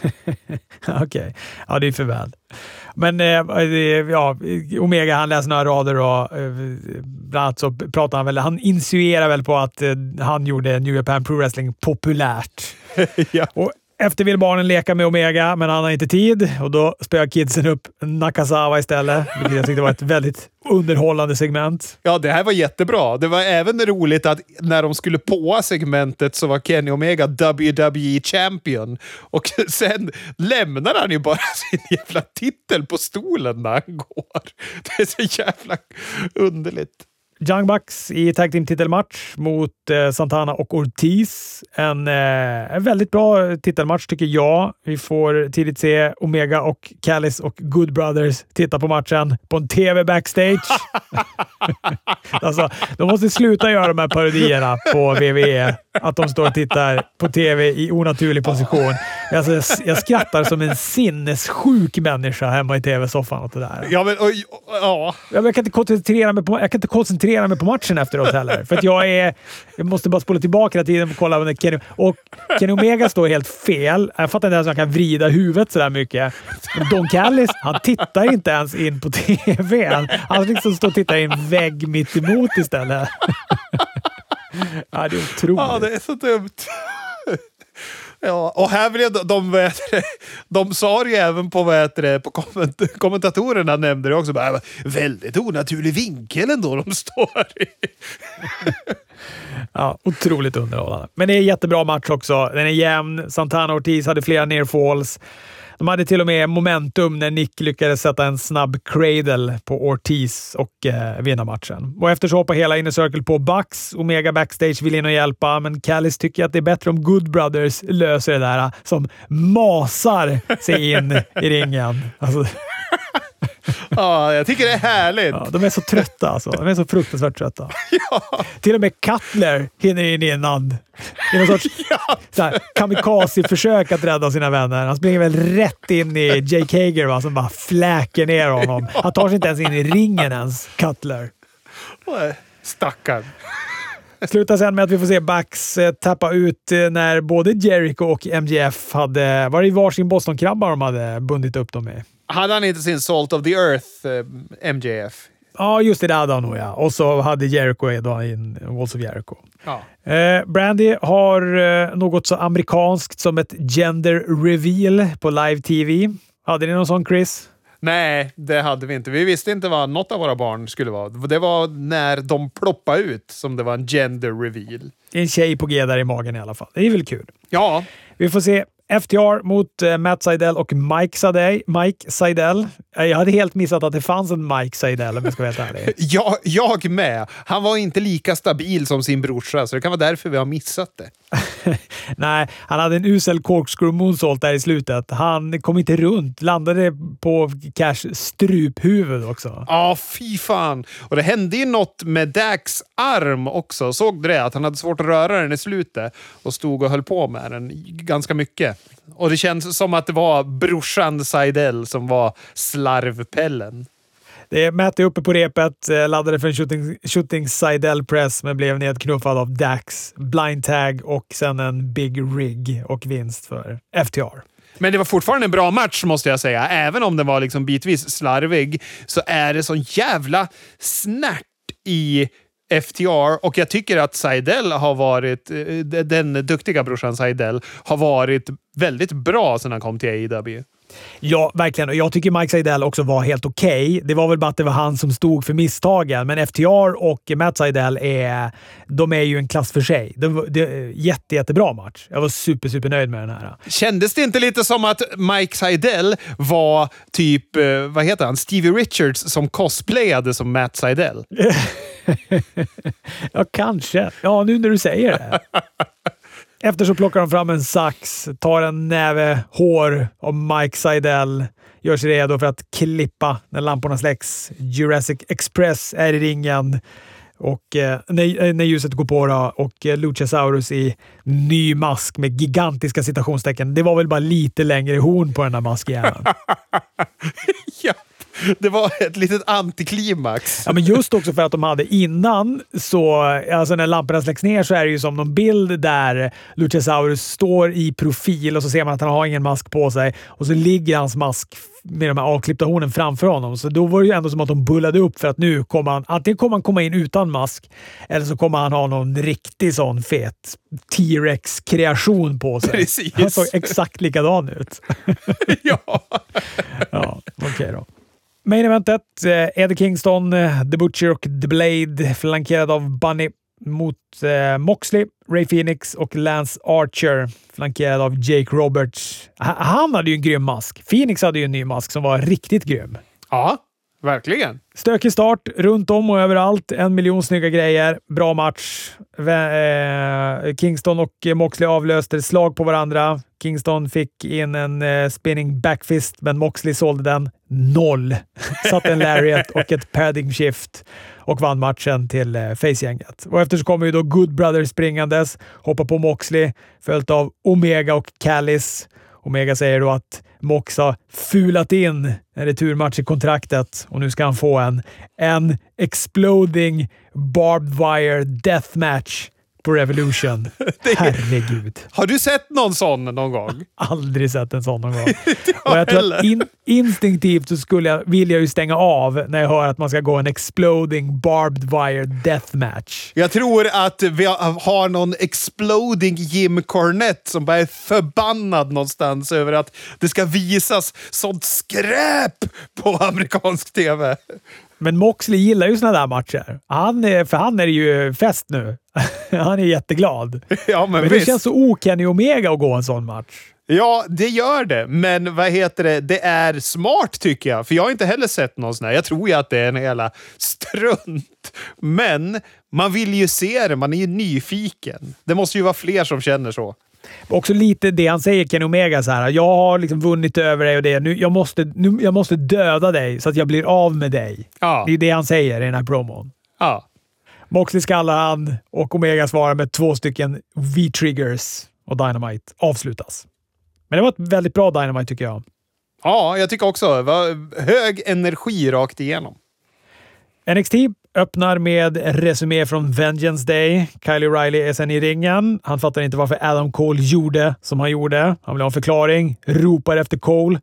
Okej. Okay. Ja, det är för väl. Men eh, ja, Omega, han läser några rader och eh, bland annat så pratar han väl, han insinuerar väl på att eh, han gjorde New Japan Pro Wrestling populärt. Ja. Och efter vill barnen leka med Omega, men han har inte tid och då spöar kidsen upp Nakazawa istället, vilket jag tyckte var ett väldigt underhållande segment. Ja, det här var jättebra. Det var även roligt att när de skulle på segmentet så var Kenny Omega W W E Champion och sen lämnar han ju bara sin jävla titel på stolen när han går. Det är så jävla underligt. Young Bucks i tag team titelmatch mot eh, Santana och Ortiz. En, eh, en väldigt bra titelmatch tycker jag. Vi får tidigt se Omega och Callis och Good Brothers titta på matchen på en T V backstage. Alltså, de måste sluta göra de här parodierna på W W E. Att de står och tittar på T V i onaturlig position. Alltså, jag skrattar som en sinnessjuk människa hemma i T V-soffan åt det där. Ja, men, och, och, ja. Jag kan inte koncentrera mig på, jag kan inte koncentrera mig på matchen efteråt heller. För att jag är... Jag måste bara spola tillbaka hela tiden och kolla när Kenny... Och Kenny Omega står helt fel. Jag fattar inte ens att han kan vrida huvudet så där mycket. Men Don Callis, han tittar inte ens in på T V. Han, han liksom står och tittar i en vägg mitt emot istället. Ja, det är otroligt. Ja, det är så dumt. Ja, och här blev de, de, de, de sa ju även på, vad heter det, på komment, kommentatorerna nämnde det också. Bara, väldigt onaturlig vinkel ändå de står i. Ja, otroligt underhållande. Men det är en jättebra match också. Den är jämn. Santana och Ortiz hade flera near falls. De hade till och med momentum när Nick lyckades sätta en snabb cradle på Ortiz och eh, vinna matchen. Och efter så hoppar hela Inner Circle på Bucks. Omega backstage vill in och hjälpa, men Callis tycker att det är bättre om Good Brothers löser det där som masar sig in i ringen. Alltså... Ja, jag tycker det är härligt. Ja, de är så trötta alltså. De är så fruktansvärt trötta. Ja. Till och med Cutler hinner in innan. I någon sorts Ja. så här, kamikaze-försök att rädda sina vänner. Han springer väl rätt in i Jake Hager, va, som bara fläker ner honom. Han tar sig inte ens in i ringen ens, Cutler. Stackarn. Slutar sen med att vi får se Bucks eh, tappa ut eh, när både Jericho och M J F hade... Var det i varsin Boston-krabbar de hade bundit upp dem med? Hade han inte sin Salt of the Earth, eh, M J F? Ja, just det. Det hade han nog, ja. Och så hade Jericho då in Walls of Jericho. Ja. Eh, Brandy har eh, något så amerikanskt som ett gender reveal på live-T V. Hade ni någon sån, Chris? Nej, det hade vi inte. Vi visste inte vad något av våra barn skulle vara. Det var när de ploppade ut som det var en gender reveal. En tjej på G där i magen i alla fall. Det är väl kul. Ja. Vi får se F T R mot eh, Matt Sydal och Mike Sydal. Mike Sydal. Jag hade helt missat att det fanns en Mike Sydal, om jag ska vara helt ärlig. Jag, jag med. Han var inte lika stabil som sin brorsa, så det kan vara därför vi har missat det. Nej, han hade en usel corkscrew moonsault där i slutet. Han kom inte runt. Landade på Cash struphuvud också. Ja, fy fan. Och det hände ju något med Dax arm också. Såg du det? Att han hade svårt att röra den i slutet och stod och höll på med den ganska mycket. Och det känns som att det var brorsan Sydal som var slarvpellen. Det är Matt är uppe på repet, laddade för en shooting, shooting Sydal press men blev nedknuffad av Dax, blind tag och sen en big rig och vinst för F T R. Men det var fortfarande en bra match, måste jag säga. Även om den var liksom bitvis slarvig så är det sån jävla snärt i F T R, och jag tycker att Sydal har varit, den duktiga brorsan Sydal har varit väldigt bra sedan han kom till A E W. Ja, verkligen. Och jag tycker Mike Sydal också var helt okej. Okay. Det var väl bara att det var han som stod för misstagen. Men F T R och Matt Sydal är, de är ju en klass för sig. Det var, det är jätte, jättebra match. Jag var super, super nöjd med den här. Kändes det inte lite som att Mike Sydal var typ, vad heter han, Stevie Richards som cosplayade som Matt Sydal? Ja, kanske. Ja, nu när du säger det. Efter så plockar de fram en sax, tar en näve hår och Mike Sydal gör sig redo för att klippa när lamporna släcks. Jurassic Express är i ringen och eh, när, när ljuset går på då, och eh, Luchasaurus i ny mask med gigantiska citationstecken. Det var väl bara lite längre horn på den här masken. Ja. Det var ett litet antiklimax. Ja, men just också för att de hade innan, så alltså när lamporna släcks ner så är det ju som någon bild där Luchasaurus står i profil och så ser man att han har ingen mask på sig och så ligger hans mask med de här avklippta hornen framför honom. Så då var det ju ändå som att de bullade upp för att nu kommer han, antingen kommer han komma in utan mask eller så kommer han ha någon riktig sån fet T-Rex-kreation på sig. Precis. Han såg exakt likadan ut. Ja. Ja, okej okay då. Main eventet, eh, Eddie Kingston, The Butcher och The Blade flankerad av Bunny mot eh, Moxley, Ray Phoenix och Lance Archer flankerad av Jake Roberts. H- han hade ju en grym mask. Phoenix hade ju en ny mask som var riktigt grym. Ja, verkligen. Stökig start runt om och överallt. En miljon snygga grejer. Bra match. V- eh, Kingston och Moxley avlöste slag på varandra. Kingston fick in en eh, spinning backfist, men Moxley sålde den noll. Satt en lariat och ett padding shift och vann matchen till eh, face-gänget. Och efter så kommer ju då Good Brothers springandes, hoppar på Moxley, följt av Omega och Callis. Omega säger då att Mox har fulat in en returmatch i kontraktet och nu ska han få en, en exploding barbed wire deathmatch på Revolution. Det... Herregud. Har du sett någon sån någon gång? Aldrig sett en sån någon gång. Och jag tror att in, instinktivt så skulle jag, vill jag ju stänga av när jag hör att man ska gå en exploding barbed wire deathmatch. Jag tror att vi har någon exploding Jim Cornette som bara är förbannad någonstans över att det ska visas sånt skräp på amerikansk tv. Men Moxley gillar ju såna där matcher. Han är, för han är det ju fest nu. Han är jätteglad. Ja, men men det känns så okenny Omega att gå en sån match. Ja, det gör det. Men vad heter det? Det är smart tycker jag. För jag har inte heller sett någon sån här. Jag tror ju att det är en hela strunt. Men man vill ju se det. Man är ju nyfiken. Det måste ju vara fler som känner så. Också lite det han säger, Kenny Omega, så här. Jag har liksom vunnit över dig och det. Nu, jag, måste, nu, jag måste döda dig så att jag blir av med dig. Ja. Det är det han säger i den här promon. Ja. Moxley skallar han och Omega svarar med två stycken V-triggers och Dynamite avslutas. Men det var ett väldigt bra Dynamite tycker jag. Ja, jag tycker också. Det var hög energi rakt igenom. N X T öppnar med resumé från Vengeance Day. Kyle O'Reilly är sen i ringen. Han fattar inte varför Adam Cole gjorde som han gjorde. Han vill ha en förklaring. Ropar efter Cole.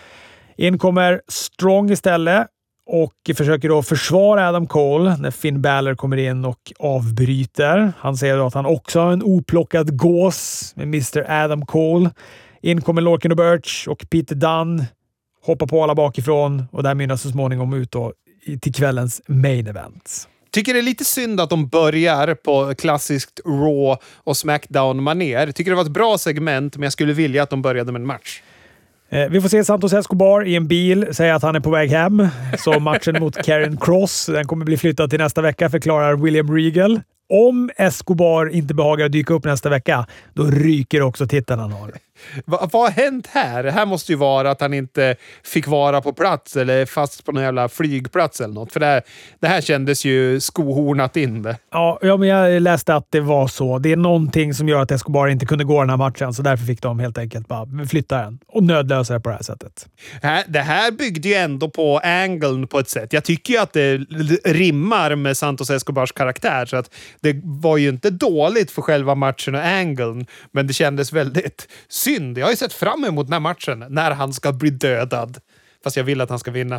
In kommer Strong istället och försöker då försvara Adam Cole när Finn Balor kommer in och avbryter. Han säger då att han också har en oplockad gås med mister Adam Cole. In kommer Lorcan och Birch och Peter Dunne hoppar på alla bakifrån och där mynnar så småningom ut då till kvällens main event. Tycker det är lite synd att de börjar på klassiskt Raw och Smackdown-manér. Tycker det var ett bra segment, men jag skulle vilja att de började med en match. Eh, vi får se Santos Escobar i en bil säga att han är på väg hem. Så matchen mot Karen Cross, den kommer bli flyttad till nästa vecka, förklarar William Regal. Om Escobar inte behagar dyka upp nästa vecka, då ryker också tittarna några. Va, vad har hänt här? Det här måste ju vara att han inte fick vara på plats eller fast på någon jävla flygplats eller något. För det här, det här kändes ju skohornat in det. Ja, ja, men jag läste att det var så. Det är någonting som gör att Escobar inte kunde gå den här matchen, så därför fick de helt enkelt bara flytta den och nödlösa det på det här sättet. Det här byggde ju ändå på angeln på ett sätt. Jag tycker ju att det rimmar med Santos Escobars karaktär, så att det var ju inte dåligt för själva matchen och angeln, men det kändes väldigt synd. Jag har ju sett fram emot den här matchen när han ska bli dödad. Fast jag vill att han ska vinna.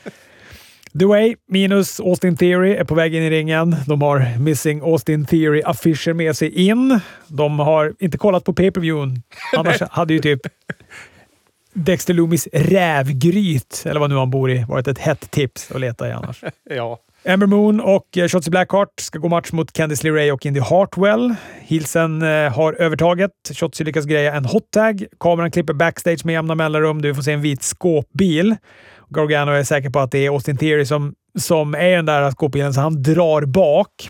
The Way minus Austin Theory är på väg in i ringen. De har Missing Austin Theory-affischer med sig in. De har inte kollat på pay-per-viewen. Annars hade ju typ Dexter Lumis rävgryt, eller vad nu han bor i, varit ett hett tips att leta i annars. Ja. Ember Moon och Shotzi Blackheart ska gå match mot Candice LeRae och Indy Hartwell. Heelsen eh, har övertaget. Shotzi lyckas greja en hot tag. Kameran klipper backstage med jämna mellanrum. Du får se en vit skåpbil. Gargano är säker på att det är Austin Theory som, som är den där skåpbilen, så han drar bak.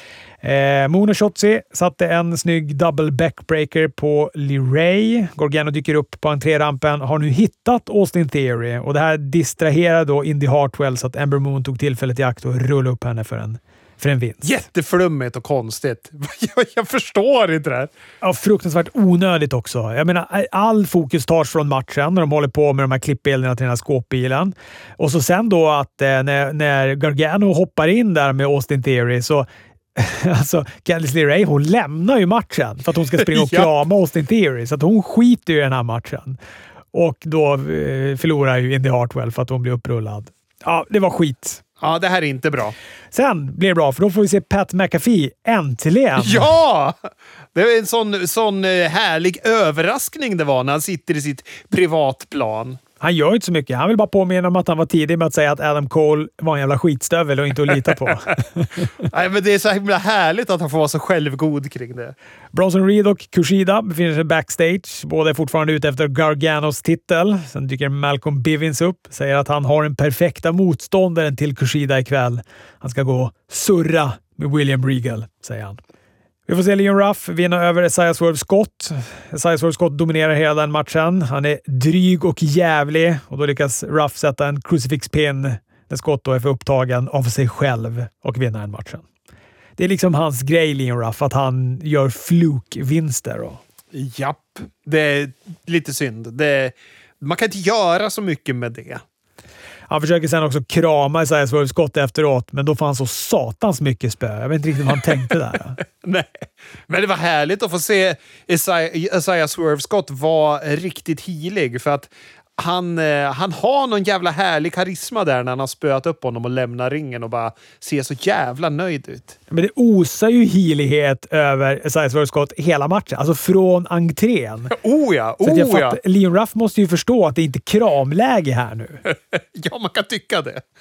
Eh, Moon och Shotzi satte en snygg double backbreaker på LeRae. Gargano dyker upp på entrérampen, har nu hittat Austin Theory och det här distraherar då Indy Hartwell så att Ember Moon tog tillfället i akt och rullade upp henne för en, för en vinst. Jätteflummigt och konstigt. Jag, jag förstår inte det här. Ja, fruktansvärt onödigt också. Jag menar, all fokus tas från matchen när de håller på med de här klippbilderna till den här skåpbilen. Och så sen då att eh, när, när Gargano hoppar in där med Austin Theory så alltså, Candice LeRae, hon lämnar ju matchen för att hon ska springa och krama ja. Austin Theory, så att hon skiter ju i den här matchen. Och då eh, förlorar ju Indy Hartwell för att hon blir upprullad. Ja, det var skit. Ja, det här är inte bra. Sen blir det bra, för då får vi se Pat McAfee äntligen. Ja! Det är en sån, sån härlig överraskning det var när han sitter i sitt privatplan. Han gör inte så mycket. Han vill bara påminna om att han var tidig med att säga att Adam Cole var en jävla skitstövel och inte att lita på. Nej, men det är så himla härligt att han får vara så självgod kring det. Bronson Reed och Kushida befinner sig backstage. Båda är fortfarande ute efter Garganos titel. Sen dyker Malcolm Bivens upp. Säger att han har den perfekta motståndaren till Kushida ikväll. Han ska gå surra med William Regal, säger han. Vi får se Leon Ruff vinna över Isaiah Swerve Scott. Isaiah Swerve Scott dominerar hela den matchen. Han är dryg och jävlig och då lyckas Ruff sätta en crucifix pin när Scott då är för upptagen av sig själv och vinna den matchen. Det är liksom hans grej, Leon Ruff, att han gör flukvinster. Då. Japp, det är lite synd. Det, man kan inte göra så mycket med det. Han försöker sen också krama Isaiah Swerve Scott efteråt, men då får han så satans mycket spö. Jag vet inte riktigt vad han tänkte där. Nej, men det var härligt att få se Isaiah, Isaiah Swerve Scott vara riktigt healig, för att han, eh, han har någon jävla härlig karisma där när han har spöat upp honom och lämnar ringen och bara ser så jävla nöjd ut. Men det osar ju healighet över Isaiah Swerve Scott hela matchen. Alltså från entrén. Oh ja, oh jag ja. Leon Ruff måste ju förstå att det inte är kramläge här nu. Ja, man kan tycka det.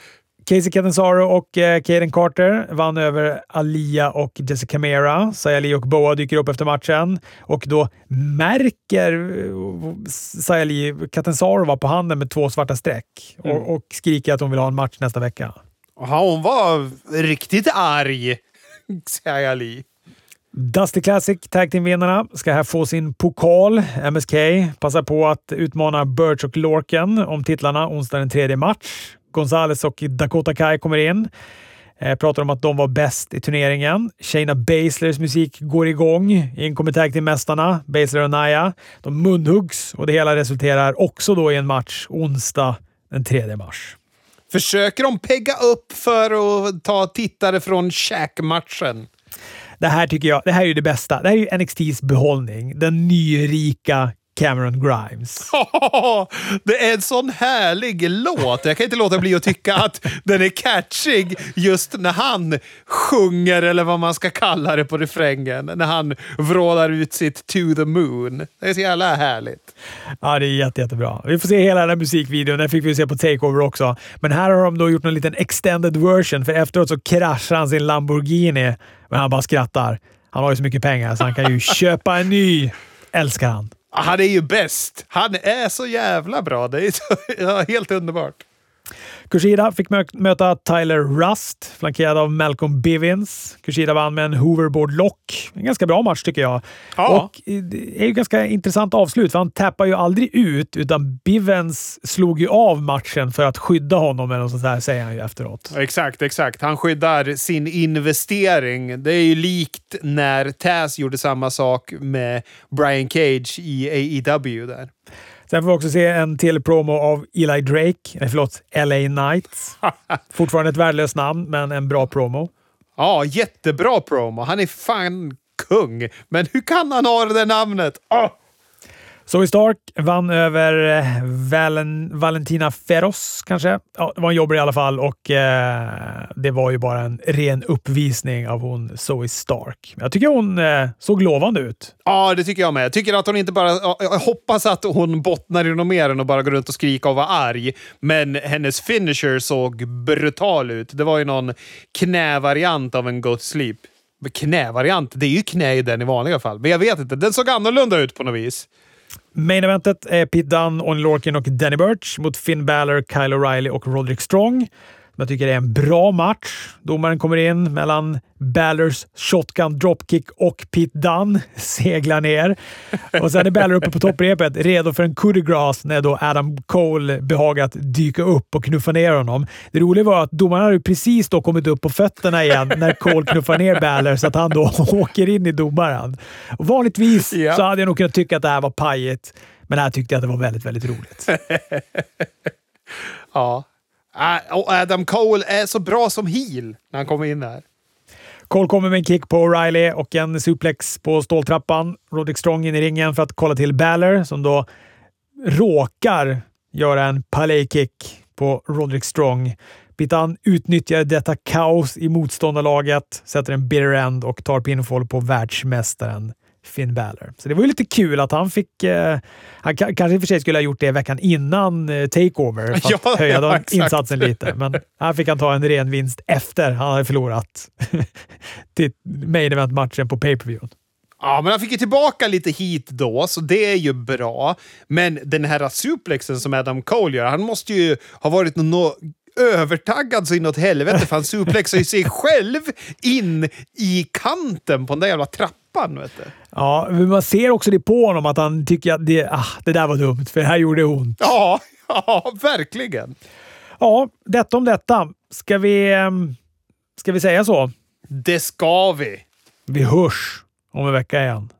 Casey Catanzaro och eh, Kaden Carter vann över Alia och Jessica Mera. Xia Li och Boa dyker upp efter matchen. Och då märker Xia Li Catanzaro var på handen med två svarta streck. Mm. Och, och skriker att hon vill ha en match nästa vecka. Ja, hon var riktigt arg, Xia Li. Dusty Classic Tag Team-vinnarna ska här få sin pokal. M S K passar på att utmana Birch och Lorcan om titlarna onsdag den tredje mars. Gonzales och Dakota Kai kommer in. Eh, pratar om att de var bäst i turneringen. Shayna Baszlers musik går igång. In kommer Tag Team-mästarna, Baszler och Nia. De munhuggs och det hela resulterar också då i en match onsdag den tredje mars. Försöker de pegga upp för att ta tittare från Shaq-matchen? Det här tycker jag, det här är ju det bästa. Det här är ju N X T:s behållning. Den nyrika Cameron Grimes. Oh, det är en sån härlig låt. Jag kan inte låta bli att tycka att den är catchig just när han sjunger, eller vad man ska kalla det på refrängen. När han vrålar ut sitt To the Moon. Det är så jävla härligt. Ja, det är jätte, jättebra. Vi får se hela den här musikvideon. Den fick vi se på Takeover också. Men här har de då gjort en liten extended version, för efteråt så kraschar han sin Lamborghini. Men han bara skrattar. Han har ju så mycket pengar så han kan ju köpa en ny. Älskar han. Han är ju bäst. Han är så jävla bra. Det är så, ja, helt underbart. Kushida fick mö- möta Tyler Rust, flankerad av Malcolm Bivens. Kushida vann med en hoverboard lock. En ganska bra match tycker jag. Ja. Och det är ju ganska intressant avslut, för han tappar ju aldrig ut, utan Bivens slog ju av matchen för att skydda honom, eller något sånt där, säger han ju efteråt. Exakt, exakt. Han skyddar sin investering. Det är ju likt när Taz gjorde samma sak med Brian Cage i A E W där. Sen får vi också se en till promo av Eli Drake, nej förlåt, L A Knight. Fortfarande ett värdelöst namn, men en bra promo. Ja, jättebra promo. Han är fan kung. Men hur kan han ha det där namnet? Oh! Zoe Stark vann över Valen, Valentina Ferros, kanske. Ja, det var en jobber i alla fall, och eh, det var ju bara en ren uppvisning av hon Zoe Stark. Jag tycker hon eh, såg lovande ut. Ja, det tycker jag med. Jag tycker att hon inte bara... Jag hoppas att hon bottnar i något mer än att bara gå runt och skrika och vara arg. Men hennes finisher såg brutal ut. Det var ju någon knävariant av en Go to Sleep. Knävariant? Det är ju knä i den i vanliga fall. Men jag vet inte. Den såg annorlunda ut på något vis. Main eventet är Pete Dunne, Oney Lorcan och Danny Burch mot Finn Balor, Kyle O'Reilly och Roderick Strong. Jag tycker det är en bra match. Domaren kommer in mellan Balors shotgun dropkick och Pete Dunne seglar ner. Och sen är Balor uppe på topprepet redo för en coup de grace när då Adam Cole behagat dyka upp och knuffa ner honom. Det roliga var att domaren hade precis då kommit upp på fötterna igen när Cole knuffar ner Balor, så att han då åker in i domaren. Och vanligtvis yeah. så hade jag nog kunnat tycka att det här var pajigt, men här tyckte jag att det var väldigt, väldigt roligt. Ja. Och Adam Cole är så bra som heel när han kommer in här. Cole kommer med en kick på O'Reilly och en suplex på ståltrappan. Roderick Strong in i ringen för att kolla till Balor, som då råkar göra en palay-kick på Roderick Strong. Pitan utnyttjar detta kaos i motståndarlaget, sätter en bitter end och tar pinfall på världsmästaren Finn Balor. Så det var ju lite kul att han fick... Eh, han k- kanske i och för sig skulle ha gjort det veckan innan eh, Takeover för att ja, höja ja, insatsen lite. Men här fick han ta en ren vinst efter han hade förlorat till main event-matchen på pay-per-view. Ja, men han fick ju tillbaka lite hit då, så det är ju bra. Men den här suplexen som Adam Cole gör, han måste ju ha varit något övertaggad så inåt helvete, för han suplexar ju sig själv in i kanten på den där jävla trappan, vet du. Ja, men man ser också det på honom att han tycker att det, ah, det där var dumt, för det här gjorde ont. Ja, ja, verkligen. Ja, detta om detta. Ska vi, ska vi säga så? Det ska vi. Vi hörs om en vecka igen.